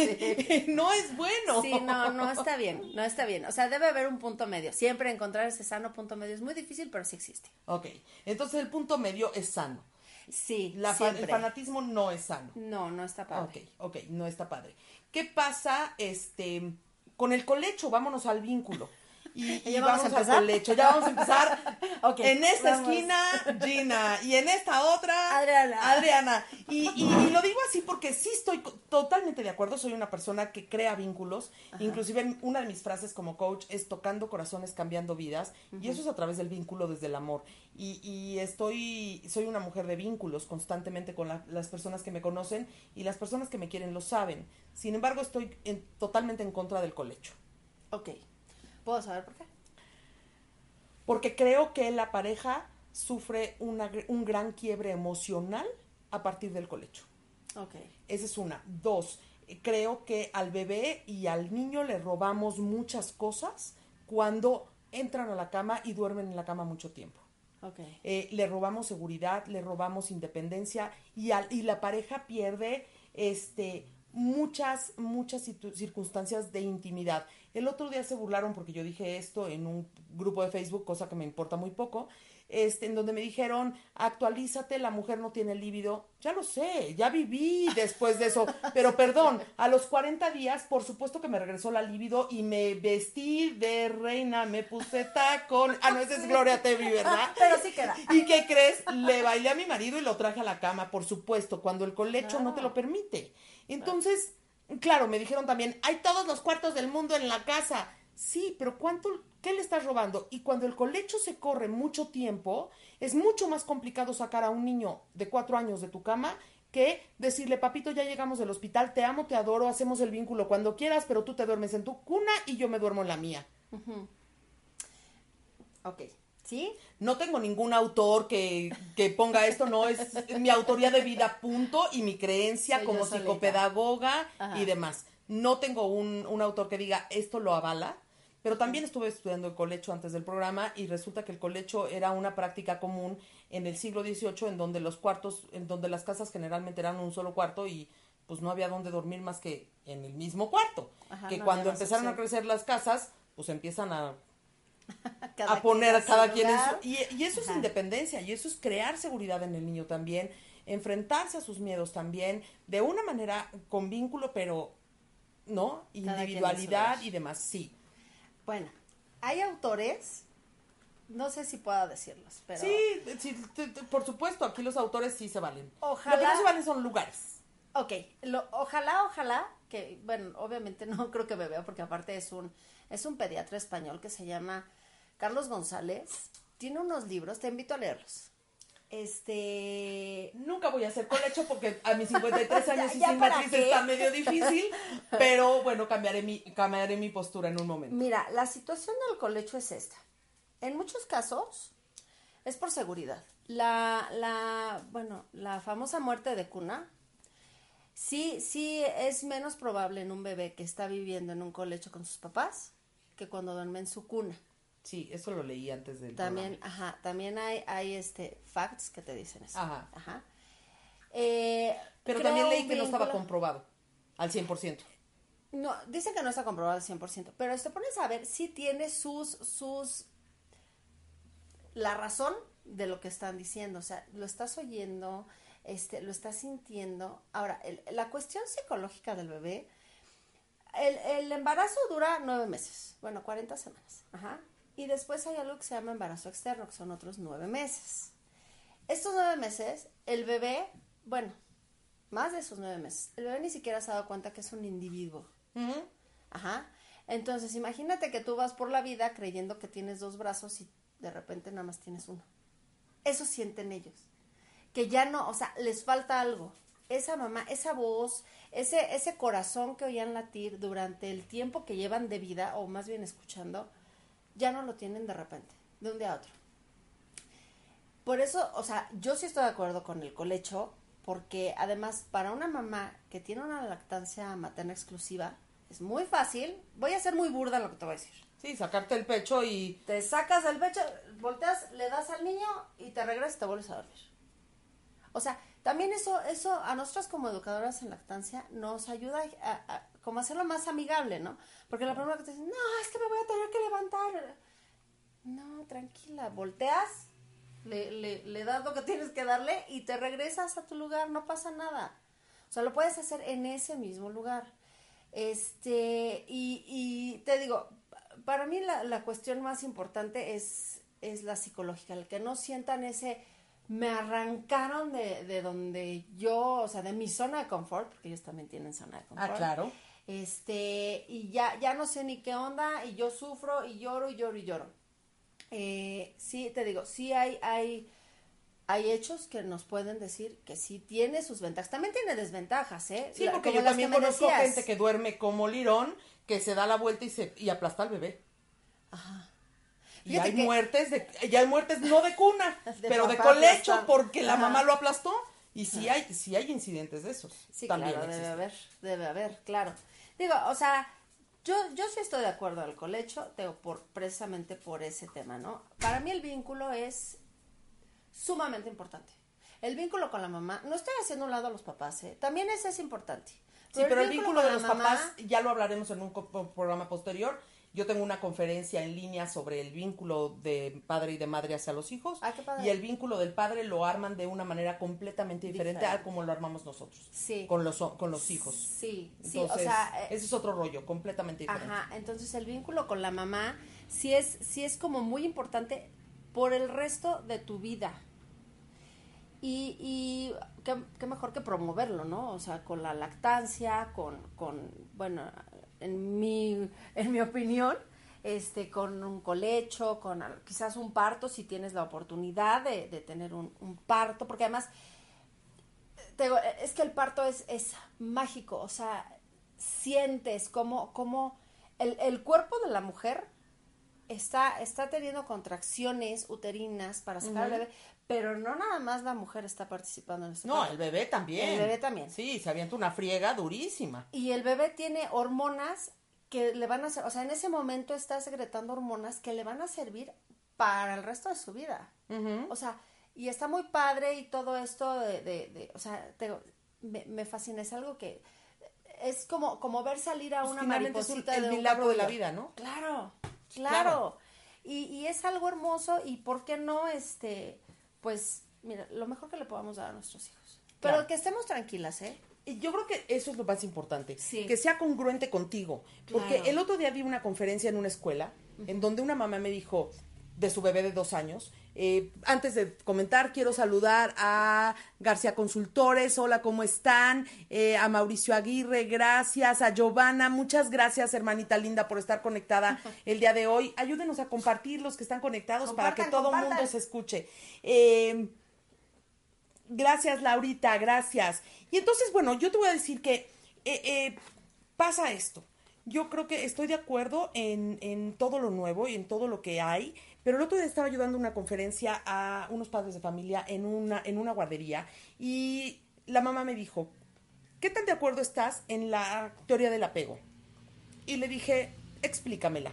Sí. No es bueno. Sí, no, no está bien, no está bien. O sea, debe haber un punto medio. Siempre encontrar ese sano punto medio es muy difícil, pero sí existe. Ok, entonces el punto medio es sano. Sí, La fa- el siempre. fanatismo no es sano. No, no está padre. Ok, ok, no está padre. ¿Qué pasa este con el colecho? Vámonos al vínculo. Y, y ¿Ya vamos vamos a al empezar? colecho. Ya vamos a empezar. Ok, En esta vamos. esquina, Gina. Y en esta otra, Adriana. Adriana. Y, y- y lo digo así porque sí estoy co- totalmente de acuerdo. Soy una persona que crea vínculos. Inclusive una de mis frases como coach es tocando corazones, cambiando vidas. Y eso es a través del vínculo desde el amor. Y, y estoy, soy una mujer de vínculos constantemente con la- las personas que me conocen y las personas que me quieren lo saben. Sin embargo, estoy en- totalmente en contra del colecho. Ok. ¿Puedo saber por qué? Porque creo que la pareja sufre una, gr- un gran quiebre emocional a partir del colecho. Ok. Esa es una. Dos, eh, creo que al bebé y al niño le robamos muchas cosas cuando entran a la cama y duermen en la cama mucho tiempo. Ok. Eh, le robamos seguridad, le robamos independencia y, al, y la pareja pierde este muchas, muchas situ- circunstancias de intimidad. El otro día se burlaron porque yo dije esto en un grupo de Facebook, cosa que me importa muy poco, este, en donde me dijeron, actualízate, la mujer no tiene líbido. Ya lo sé, ya viví después de eso, pero perdón, a los cuarenta días, por supuesto que me regresó la líbido y me vestí de reina, me puse tacón. Ah, no, esa es Gloria Trevi, ¿verdad? Pero sí queda. ¿Y qué crees? Le bailé a mi marido y lo traje a la cama, por supuesto, cuando el colecho Claro. no te lo permite. Entonces, claro, me dijeron también, hay todos los cuartos del mundo en la casa. Sí, pero ¿cuánto, qué le estás robando? Y cuando el colecho se corre mucho tiempo, es mucho más complicado sacar a un niño de cuatro años de tu cama que decirle, papito, ya llegamos del hospital, te amo, te adoro, hacemos el vínculo cuando quieras, pero tú te duermes en tu cuna y yo me duermo en la mía. Ok. ¿Sí? No tengo ningún autor que, que ponga esto, no, es mi autoría de vida, punto, y mi creencia Soy como yo solita. psicopedagoga Ajá. y demás. No tengo un, un autor que diga esto lo avala, pero también estuve estudiando el colecho antes del programa y resulta que el colecho era una práctica común en el siglo dieciocho en donde los cuartos, en donde las casas generalmente eran un solo cuarto y pues no había donde dormir más que en el mismo cuarto. Ajá, que no cuando había más empezaron a opción. crecer las casas, pues empiezan a Cada a poner a su cada quien en su... lugar. Y, y eso es Ajá. independencia, y eso es crear seguridad en el niño también, enfrentarse a sus miedos también, de una manera con vínculo, pero, ¿no? quien en su Individualidad lugar. y demás, sí. Bueno, hay autores, no sé si puedo decirlos, pero... Sí, sí, t- t- por supuesto, aquí los autores sí se valen. Ojalá- Lo que no se valen son lugares. Ok, lo, ojalá, ojalá, que, bueno, obviamente no creo que me vea, porque aparte es un, es un pediatra español que se llama Carlos González. Tiene unos libros, te invito a leerlos. Este... Nunca voy a hacer colecho porque a mis cincuenta y tres años Ya, y ya sin para matriz qué. está medio difícil, pero bueno, cambiaré mi, cambiaré mi postura en un momento. Mira, la situación del colecho es esta. En muchos casos es por seguridad. La, la, bueno, la famosa muerte de cuna, sí, sí es menos probable en un bebé que está viviendo en un colecho con sus papás que cuando duerme en su cuna. Sí, eso lo leí antes del También, programa. ajá, también hay, hay este facts que te dicen eso. Ajá. Ajá. Eh, Pero crea también leí un que no estaba vínculo- comprobado al cien por ciento. No, dicen que no está comprobado al cien por ciento, pero si te pones a ver, sí tiene sus, sus, la razón de lo que están diciendo, o sea, lo estás oyendo, este, lo estás sintiendo. Ahora, el- la cuestión psicológica del bebé, el, el embarazo dura nueve meses, bueno, cuarenta semanas, ajá, y después hay algo que se llama embarazo externo, que son otros nueve meses. Estos nueve meses, el bebé, bueno, más de esos nueve meses, el bebé ni siquiera se ha dado cuenta que es un individuo. Uh-huh. Ajá. Entonces, imagínate que tú vas por la vida creyendo que tienes dos brazos y de repente nada más tienes uno. Eso sienten ellos. Que ya no, o sea, les falta algo. Esa mamá, esa voz, ese, ese corazón que oían latir durante el tiempo que llevan de vida, o más bien escuchando, ya no lo tienen de repente, de un día a otro. Por eso, o sea, yo sí estoy de acuerdo con el colecho, porque además para una mamá que tiene una lactancia materna exclusiva, es muy fácil. Voy a ser muy burda en lo que te voy a decir. Sí, sacarte el pecho y... Te sacas el pecho, volteas, le das al niño y te regresas y te vuelves a dormir. O sea, también eso, eso a nosotras como educadoras en lactancia nos ayuda a, a como hacerlo más amigable, ¿no? Porque la primera que te dicen, no, es que me voy a tener que levantar. No, tranquila, volteas, le, le, le das lo que tienes que darle y te regresas a tu lugar, no pasa nada. O sea, lo puedes hacer en ese mismo lugar. Este, y, y te digo, para mí la, la cuestión más importante es, es la psicológica, el que no sientan ese, me arrancaron de, de donde yo, o sea, de mi zona de confort, porque ellos también tienen zona de confort. Ah, claro. Este, y ya, ya no sé ni qué onda, y yo sufro, y lloro, y lloro, y lloro. Eh, sí, te digo, sí hay, hay, hay hechos que nos pueden decir que sí tiene sus ventajas. También tiene desventajas, ¿eh? Sí, La- porque como yo las también que me conozco decías. gente que duerme como lirón, que se da la vuelta y se y aplasta al bebé. Ajá. Y Fíjate hay que- muertes, de, y hay muertes no de cuna, De pero de papá colecho aplastado. porque la Ajá. mamá lo aplastó. Y sí hay, sí hay incidentes de esos. Sí, también claro, debe existen. haber, debe haber, claro. Digo, o sea, yo, yo sí estoy de acuerdo al colecho, digo, por, precisamente por ese tema, ¿no? Para mí el vínculo es sumamente importante. El vínculo con la mamá, no estoy haciendo a un lado a los papás, ¿eh? También ese es importante. Sí, pero el vínculo de con los la mamá- papás ya lo hablaremos en un co- programa posterior. Yo tengo una conferencia en línea sobre el vínculo de padre y de madre hacia los hijos. Ah, qué padre. Y el vínculo del padre lo arman de una manera completamente diferente, Diferente. a como lo armamos nosotros. Sí. Con los, con los hijos. Sí, sí, Entonces, o sea, eh, ese es otro rollo, completamente diferente. ajá, entonces el vínculo con la mamá sí es, sí es como muy importante por el resto de tu vida. Y, y qué, qué mejor que promoverlo, ¿no? O sea, con la lactancia, con, con bueno, en mi, en mi opinión, este, con un colecho, con al- quizás un parto, si tienes la oportunidad de, de tener un, un parto, porque además, te digo, es que el parto es, es mágico, o sea, sientes cómo, cómo el, el cuerpo de la mujer está, está teniendo contracciones uterinas para sacar al Ujú. bebé, pero no nada más la mujer está participando en este No, parto. el bebé también. El bebé también. Sí, se avienta una friega durísima. Y el bebé tiene hormonas que le van a hacer, o sea, en ese momento está secretando hormonas que le van a servir para el resto de su vida. Ujú. O sea, y está muy padre y todo esto de, de, de o sea, te, me, me fascina, es algo que es como, como ver salir a Pues una finalmente es un- mariposita el de un milagro de la capullo. vida, ¿no? Claro, Claro. claro. Y, y es algo hermoso y por qué no, este, pues, mira, lo mejor que le podamos dar a nuestros hijos. Pero Claro. que estemos tranquilas, ¿eh? Y yo creo que eso es lo más importante, Sí. que sea congruente contigo. Porque Claro. el otro día vi una conferencia en una escuela en donde una mamá me dijo, de su bebé de dos años. Eh, antes de comentar, quiero saludar a García Consultores, hola, ¿cómo están? Eh, a Mauricio Aguirre, gracias, a Giovanna, muchas gracias, hermanita linda, por estar conectada el día de hoy. Ayúdenos a compartir los que están conectados Compartan, para que todo el compartan. mundo se escuche. Eh, gracias, Laurita, gracias. Y entonces, bueno, yo te voy a decir que eh, eh, pasa esto. Yo creo que estoy de acuerdo en, en todo lo nuevo y en todo lo que hay, pero el otro día estaba ayudando una conferencia a unos padres de familia en una, en una guardería y la mamá me dijo, ¿qué tan de acuerdo estás en la teoría del apego? Y le dije, explícamela.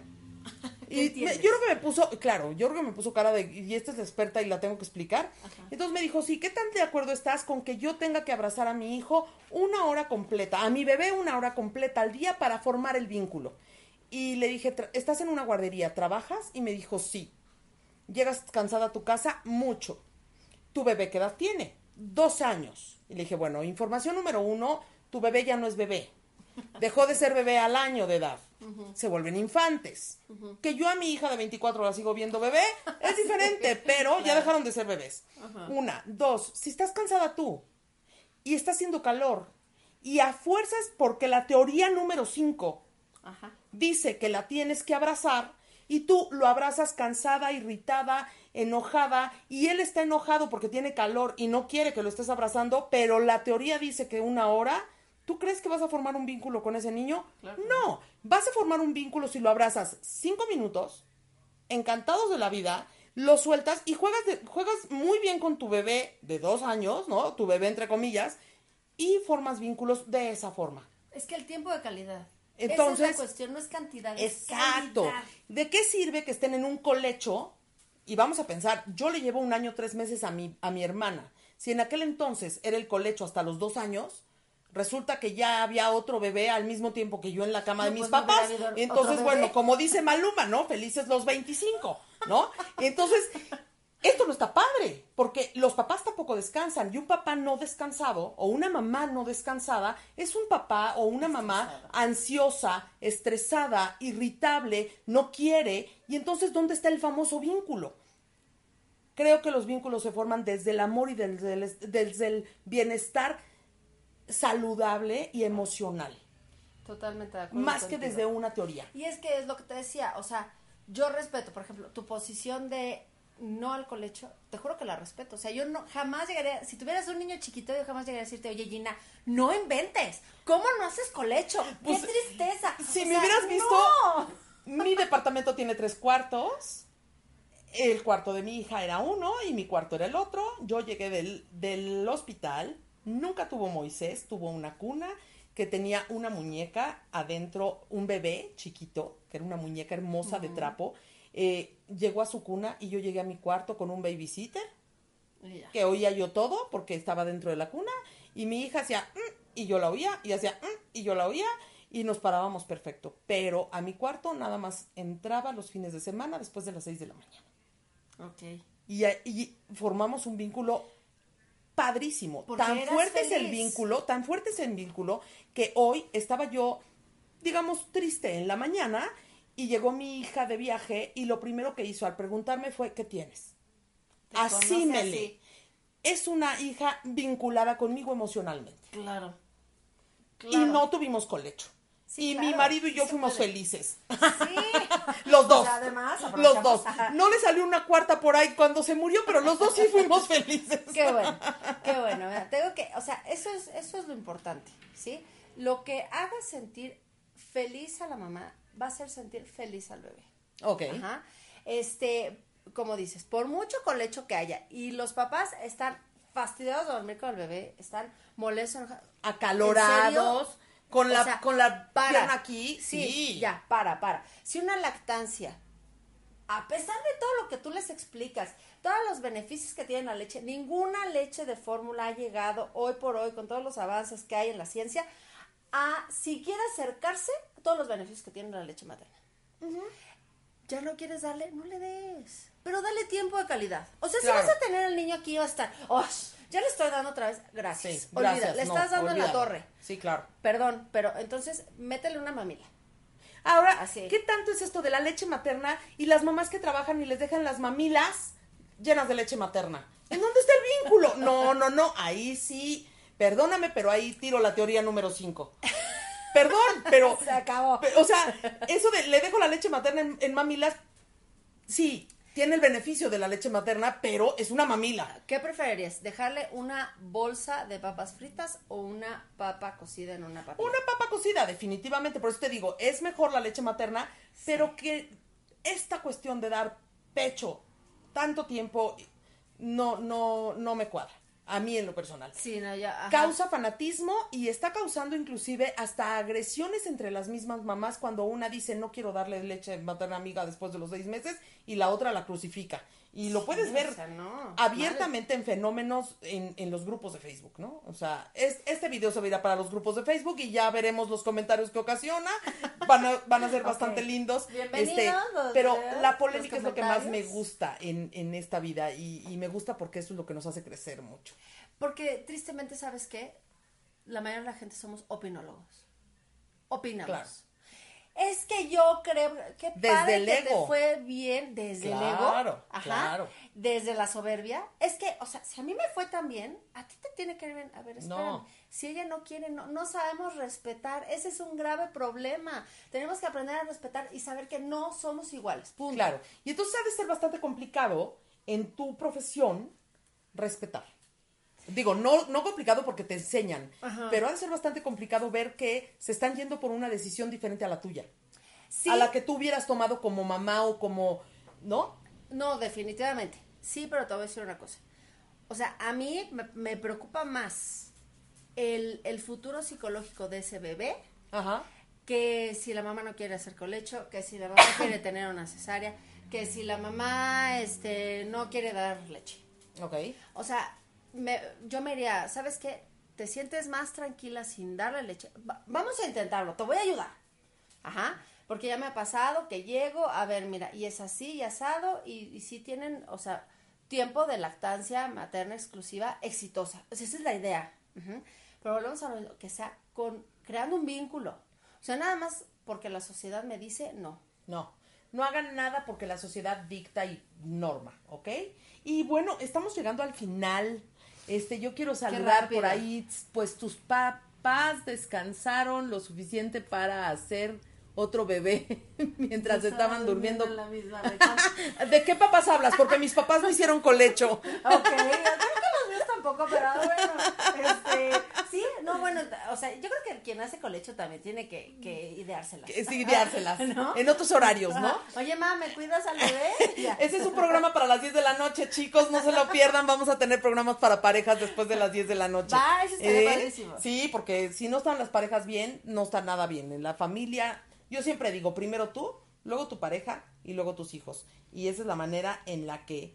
Y me, yo creo que me puso, claro, yo creo que me puso cara de, y esta es la experta y la tengo que explicar. Ajá. Entonces me dijo, sí, ¿qué tan de acuerdo estás con que yo tenga que abrazar a mi hijo una hora completa, a mi bebé una hora completa al día para formar el vínculo? Y le dije, ¿estás en una guardería? ¿Trabajas? Y me dijo, sí. ¿Llegas cansada a tu casa? Mucho. ¿Tu bebé qué edad tiene? Dos años. Y le dije, bueno, información número uno, tu bebé ya no es bebé. Dejó de ser bebé al año de edad. Uh-huh. Se vuelven infantes. Uh-huh. Que yo a mi hija de veinticuatro la sigo viendo bebé, es diferente, pero claro, ya dejaron de ser bebés. Uh-huh. Una, dos, si estás cansada tú y está haciendo calor y a fuerzas, porque la teoría número cinco uh-huh. dice que la tienes que abrazar y tú lo abrazas cansada, irritada, enojada, y él está enojado porque tiene calor y no quiere que lo estés abrazando, pero la teoría dice que una hora... ¿Tú crees que vas a formar un vínculo con ese niño? Claro. No, vas a formar un vínculo si lo abrazas cinco minutos, encantados de la vida, lo sueltas y juegas, de, juegas muy bien con tu bebé de dos años, ¿no? Tu bebé entre comillas, y formas vínculos de esa forma. Es que el tiempo de calidad. Entonces, esa es la cuestión, no es cantidad, es exacto. calidad. ¿De qué sirve que estén en un colecho? Y vamos a pensar, yo le llevo un año, tres meses a mi, a mi hermana. Si en aquel entonces era el colecho hasta los dos años... Resulta que ya había otro bebé al mismo tiempo que yo en la cama no, de mis pues papás. Entonces, bueno, como dice Maluma, ¿no? Felices los veinticinco, ¿no? Entonces, esto no está padre, porque los papás tampoco descansan. Y un papá no descansado, o una mamá no descansada, es un papá o una mamá ansiosa, estresada, irritable, no quiere. Y entonces, ¿dónde está el famoso vínculo? Creo que los vínculos se forman desde el amor y desde el, desde el bienestar saludable y emocional. Totalmente de acuerdo. Más contigo. que desde una teoría. Y es que es lo que te decía, o sea, yo respeto, por ejemplo, tu posición de no al colecho, te juro que la respeto. O sea, yo no jamás llegaría, si tuvieras un niño chiquito, yo jamás llegaría a decirte, oye, Gina, no inventes, ¿cómo no haces colecho? Pues, ¡qué tristeza! Si o me sea, hubieras visto, no. Mi departamento tiene tres cuartos, el cuarto de mi hija era uno y mi cuarto era el otro. Yo llegué del, del hospital. Nunca tuvo Moisés, tuvo una cuna que tenía una muñeca adentro, un bebé chiquito, que era una muñeca hermosa uh-huh. de trapo. Eh, llegó a su cuna y yo llegué a mi cuarto con un babysitter, yeah. que oía yo todo porque estaba dentro de la cuna, y mi hija hacía, mm, y yo la oía, y hacía, mm, y yo la oía, y nos parábamos perfecto. Pero a mi cuarto nada más entraba los fines de semana después de las seis de la mañana. Ok. Y, y formamos un vínculo padrísimo. Porque tan fuerte feliz. es el vínculo, tan fuerte es el vínculo, que hoy estaba yo, digamos, triste en la mañana, y llegó mi hija de viaje, y lo primero que hizo al preguntarme fue, ¿qué tienes? Asímele. Así. Es una hija vinculada conmigo emocionalmente. Claro. claro. Y no tuvimos colecho. Sí, y claro, mi marido y yo sí fuimos puede. felices. Sí. Los dos. Pues además, los dos. No le salió una cuarta por ahí cuando se murió, pero los dos sí fuimos felices. Qué bueno, qué bueno. Mira, tengo que, o sea, eso es, eso es lo importante, ¿sí? Lo que haga sentir feliz a la mamá va a hacer sentir feliz al bebé. Ok. Ajá. Este, como dices, por mucho colecho que haya y los papás están fastidiados de dormir con el bebé, están molestos, acalorados. Con la, o sea, con la para. pierna aquí, sí, sí. Ya, para, para. Si una lactancia, a pesar de todo lo que tú les explicas, todos los beneficios que tiene la leche, ninguna leche de fórmula ha llegado hoy por hoy, con todos los avances que hay en la ciencia, a siquiera acercarse a todos los beneficios que tiene la leche materna. Uh-huh. Ya no quieres darle, no le des. Pero dale tiempo de calidad. O sea, claro. Si vas a tener al niño aquí, va a estar, ¡oh! Ya le estoy dando otra vez, gracias. Sí, gracias. Olvida, le estás no, dando olvídalo. en la torre. Sí, claro. Perdón, pero entonces métele una mamila. Ahora, Así. ¿qué tanto es esto de la leche materna y las mamás que trabajan y les dejan las mamilas llenas de leche materna? ¿En dónde está el vínculo? No, no, no, ahí sí, perdóname, pero ahí tiro la teoría número cinco. Perdón, pero... Se acabó. pero, o sea, eso de le dejo la leche materna en, en mamilas, sí, tiene el beneficio de la leche materna, pero es una mamila. ¿Qué preferirías? ¿Dejarle una bolsa de papas fritas o una papa cocida en una papilla? Una papa cocida, definitivamente, por eso te digo, es mejor la leche materna, sí. Pero que esta cuestión de dar pecho tanto tiempo no, no, no me cuadra. A mí en lo personal. Sí, no, ya, ajá. Causa fanatismo y está causando inclusive hasta agresiones entre las mismas mamás cuando una dice no quiero darle leche materna amiga después de los seis meses y la otra la crucifica. Y lo sí, puedes ver o sea, no, abiertamente madre. En fenómenos en, en los grupos de Facebook, ¿no? O sea, es, este video se verá para los grupos de Facebook y ya veremos los comentarios que ocasiona. Van a, van a ser okay. Bastante lindos. Bienvenidos. Este, los pero videos, la polémica es lo que más me gusta en, en esta vida y, y me gusta porque eso es lo que nos hace crecer mucho. Porque tristemente, ¿sabes qué? La mayoría de la gente somos opinólogos. Opinamos. Claro. Es que yo creo que desde padre el que ego. Te fue bien desde claro, el ego. Claro, Ajá. Claro. Desde la soberbia. Es que, o sea, si a mí me fue tan bien, a ti te tiene que ir bien. A ver, espérame. No. Si ella no quiere, no, no sabemos respetar. Ese es un grave problema. Tenemos que aprender a respetar y saber que no somos iguales. Punto. Claro. Y entonces ha de ser bastante complicado en tu profesión respetar. Digo, no, no complicado porque te enseñan, ajá. Pero ha de ser bastante complicado ver que se están yendo por una decisión diferente a la tuya. Sí. A la que tú hubieras tomado como mamá o como, ¿no? No, definitivamente. Sí, pero te voy a decir una cosa. O sea, a mí me, me preocupa más el, el futuro psicológico de ese bebé, ajá. Que si la mamá no quiere hacer colecho, que si la mamá quiere tener una cesárea, que si la mamá este, no quiere dar leche. Ok. O sea... Me, yo me diría, ¿sabes qué? ¿Te sientes más tranquila sin darle leche? Va, vamos a intentarlo, te voy a ayudar. Ajá, porque ya me ha pasado que llego, a ver, mira, y es así, y asado, y, y sí tienen, o sea, tiempo de lactancia materna exclusiva exitosa. O sea, esa es la idea. Uh-huh. Pero volvemos a lo que sea, con creando un vínculo. O sea, nada más porque la sociedad me dice, no. No, no hagan nada porque la sociedad dicta y norma, ¿ok? Y bueno, estamos llegando al final. Este, yo quiero saludar por ahí, pues tus papás descansaron lo suficiente para hacer otro bebé mientras no estaban durmiendo. La misma ¿De qué papás hablas? Porque mis papás no hicieron colecho. Ok, creo que los míos tampoco, pero bueno, este, sí, no, bueno, o sea, yo creo que quien hace colecho también tiene que, que ideárselas. Sí, ideárselas, ¿no? En otros horarios, ¿no? Ajá. Oye, mamá, ¿me cuidas al bebé? Ya. Ese es un programa para las diez de la noche, chicos, no se lo pierdan, vamos a tener programas para parejas después de las diez de la noche. Va, eso estaría eh, padrísimo. Sí, porque si no están las parejas bien, no está nada bien. En la familia, yo siempre digo, primero tú, luego tu pareja y luego tus hijos. Y esa es la manera en la que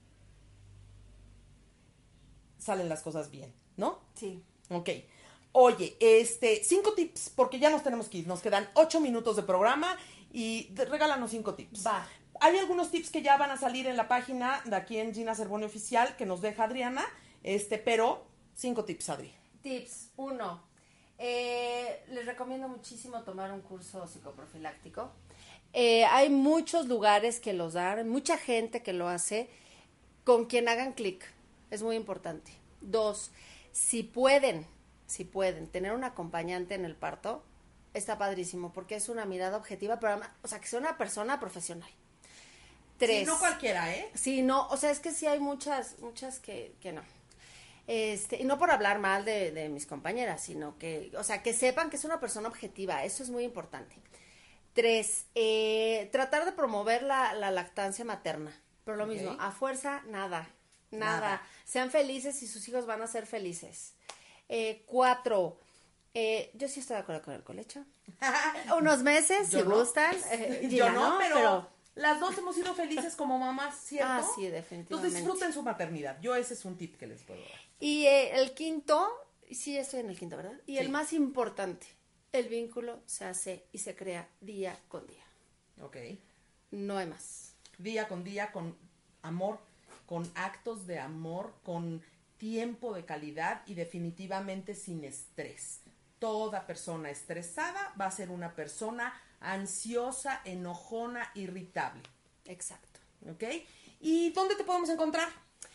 salen las cosas bien, ¿no? Sí. Ok. Oye, este, cinco tips, porque ya nos tenemos que ir. Nos quedan ocho minutos de programa y de, regálanos cinco tips. Va. Hay algunos tips que ya van a salir en la página de aquí en Gina Cervoni Oficial que nos deja Adriana, este, pero cinco tips, Adri. Tips. Uno, eh, les recomiendo muchísimo tomar un curso psicoprofiláctico. Eh, hay muchos lugares que los dan, mucha gente que lo hace, con quien hagan clic. Es muy importante. Dos, si pueden, si pueden tener un acompañante en el parto, está padrísimo, porque es una mirada objetiva, pero además, o sea, que sea una persona profesional. Tres. Sí, no cualquiera, ¿eh? Sí, no, o sea, es que sí hay muchas, muchas que, que no. Este, y no por hablar mal de, de mis compañeras, sino que, o sea, que sepan que es una persona objetiva, eso es muy importante. Tres, eh, tratar de promover la, la lactancia materna, pero lo okay. mismo, a fuerza, nada, nada, nada. Sean felices y sus hijos van a ser felices. Eh, cuatro, eh, yo sí estoy de acuerdo con el colecho. Unos meses, yo si no. gustan. Eh, yo no, no pero... pero... Las dos hemos sido felices como mamás, ¿cierto? Ah, sí, definitivamente. Entonces disfruten su maternidad. Yo ese es un tip que les puedo dar. Y eh, el quinto, sí estoy en el quinto, ¿verdad? Y sí. El más importante, el vínculo se hace y se crea día con día. Ok. No hay más. Día con día, con amor, con actos de amor, con tiempo de calidad y definitivamente sin estrés. Toda persona estresada va a ser una persona ansiosa, enojona, irritable. Exacto. ¿Ok? ¿Y dónde te podemos encontrar?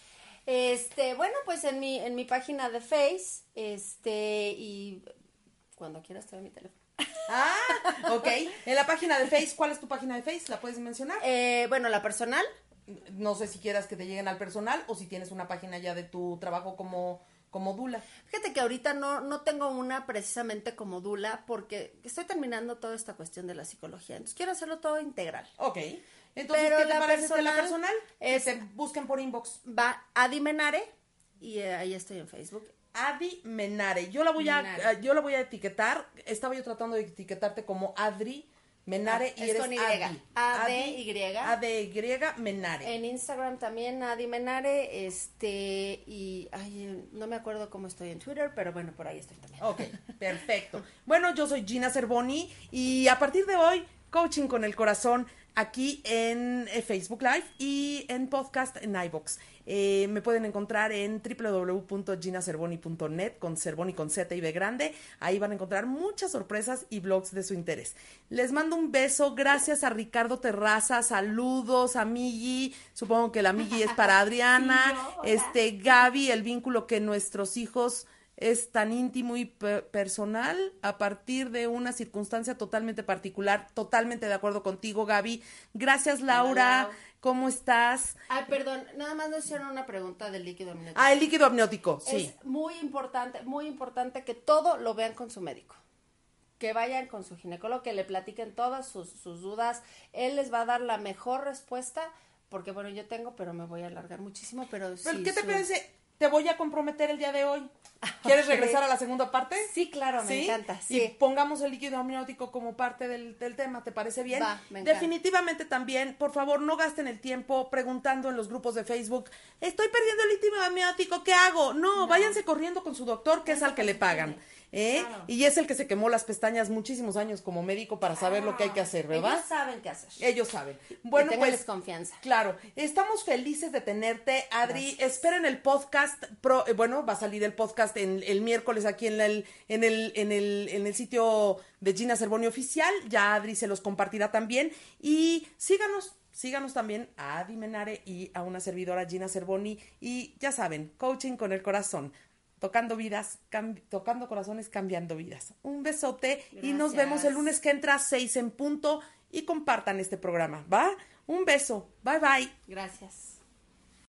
Este, bueno, pues en mi, en mi página de Face, este, y cuando quieras te doy mi teléfono. Ah, ok. En la página de Face, ¿cuál es tu página de Face? ¿La puedes mencionar? Eh, bueno, la personal. No sé si quieras que te lleguen al personal o si tienes una página ya de tu trabajo como, como dula. Fíjate que ahorita no, no tengo una precisamente como dula porque estoy terminando toda esta cuestión de la psicología. Entonces quiero hacerlo todo integral. Ok. Entonces, Pero ¿qué te la parece de la personal personal? es- Que te busquen por inbox. Va Adi Menare y eh, ahí estoy en Facebook. Adi Menare. Yo la voy a, Menare. eh, yo la voy a etiquetar. Estaba yo tratando de etiquetarte como Adri Menare Ah, y es eres con Y. Adi. A D Y. A D Y Menare. En Instagram también Adi Menare, este, y ay, no me acuerdo cómo estoy en Twitter, pero bueno, por ahí estoy también. Ok, perfecto. Bueno, yo soy Gina Cervoni y a partir de hoy, Coaching con el Corazón aquí en eh, Facebook Live y en podcast en iVoox. Eh, me pueden encontrar en w w w punto gina cervoni punto net con Cervoni con Z y B grande. Ahí van a encontrar muchas sorpresas y blogs de su interés. Les mando un beso. Gracias a Ricardo Terraza. Saludos a Migi. Supongo que la Migi es para Adriana. Sí, yo, hola. este Gaby, el vínculo que nuestros hijos es tan íntimo y pe- personal a partir de una circunstancia totalmente particular. Totalmente de acuerdo contigo, Gaby. Gracias, Laura. Lau. ¿Cómo estás? Ay, perdón, nada más nos hicieron una pregunta del líquido amniótico. Ah, el líquido amniótico, sí. Es muy importante, muy importante que todo lo vean con su médico. Que vayan con su ginecólogo, que le platiquen todas sus, sus dudas. Él les va a dar la mejor respuesta, porque bueno, yo tengo, pero me voy a alargar muchísimo, pero Pero, sí. ¿qué te su- parece? Te voy a comprometer el día de hoy. ¿Quieres Ok. regresar a la segunda parte? Sí, claro, me encanta, sí. Y pongamos el líquido amniótico como parte del, del tema, ¿te parece bien? Va, me encanta. Definitivamente también, por favor, no gasten el tiempo preguntando en los grupos de Facebook, estoy perdiendo el líquido amniótico, ¿qué hago? No, váyanse corriendo con su doctor, que es al que le pagan. ¿eh? Claro. Y es el que se quemó las pestañas muchísimos años como médico para saber lo que hay que hacer, ¿verdad? Ellos saben qué hacer. Ellos saben. Bueno, Y ténganles pues confianza. claro, estamos felices de tenerte, Adri. Esperen el podcast, pro- eh, bueno, va a salir el podcast en, el miércoles aquí en el, en el, en el, en el sitio de Gina Cervoni Oficial. Ya Adri se los compartirá también. Y síganos, síganos también a Adi Menare y a una servidora Gina Cervoni. Y ya saben, coaching con el corazón. Tocando vidas, cam- tocando corazones, cambiando vidas. Un besote y nos Gracias. vemos el lunes que entra a seis en punto y compartan este programa, ¿va? Un beso. Bye, bye. Gracias.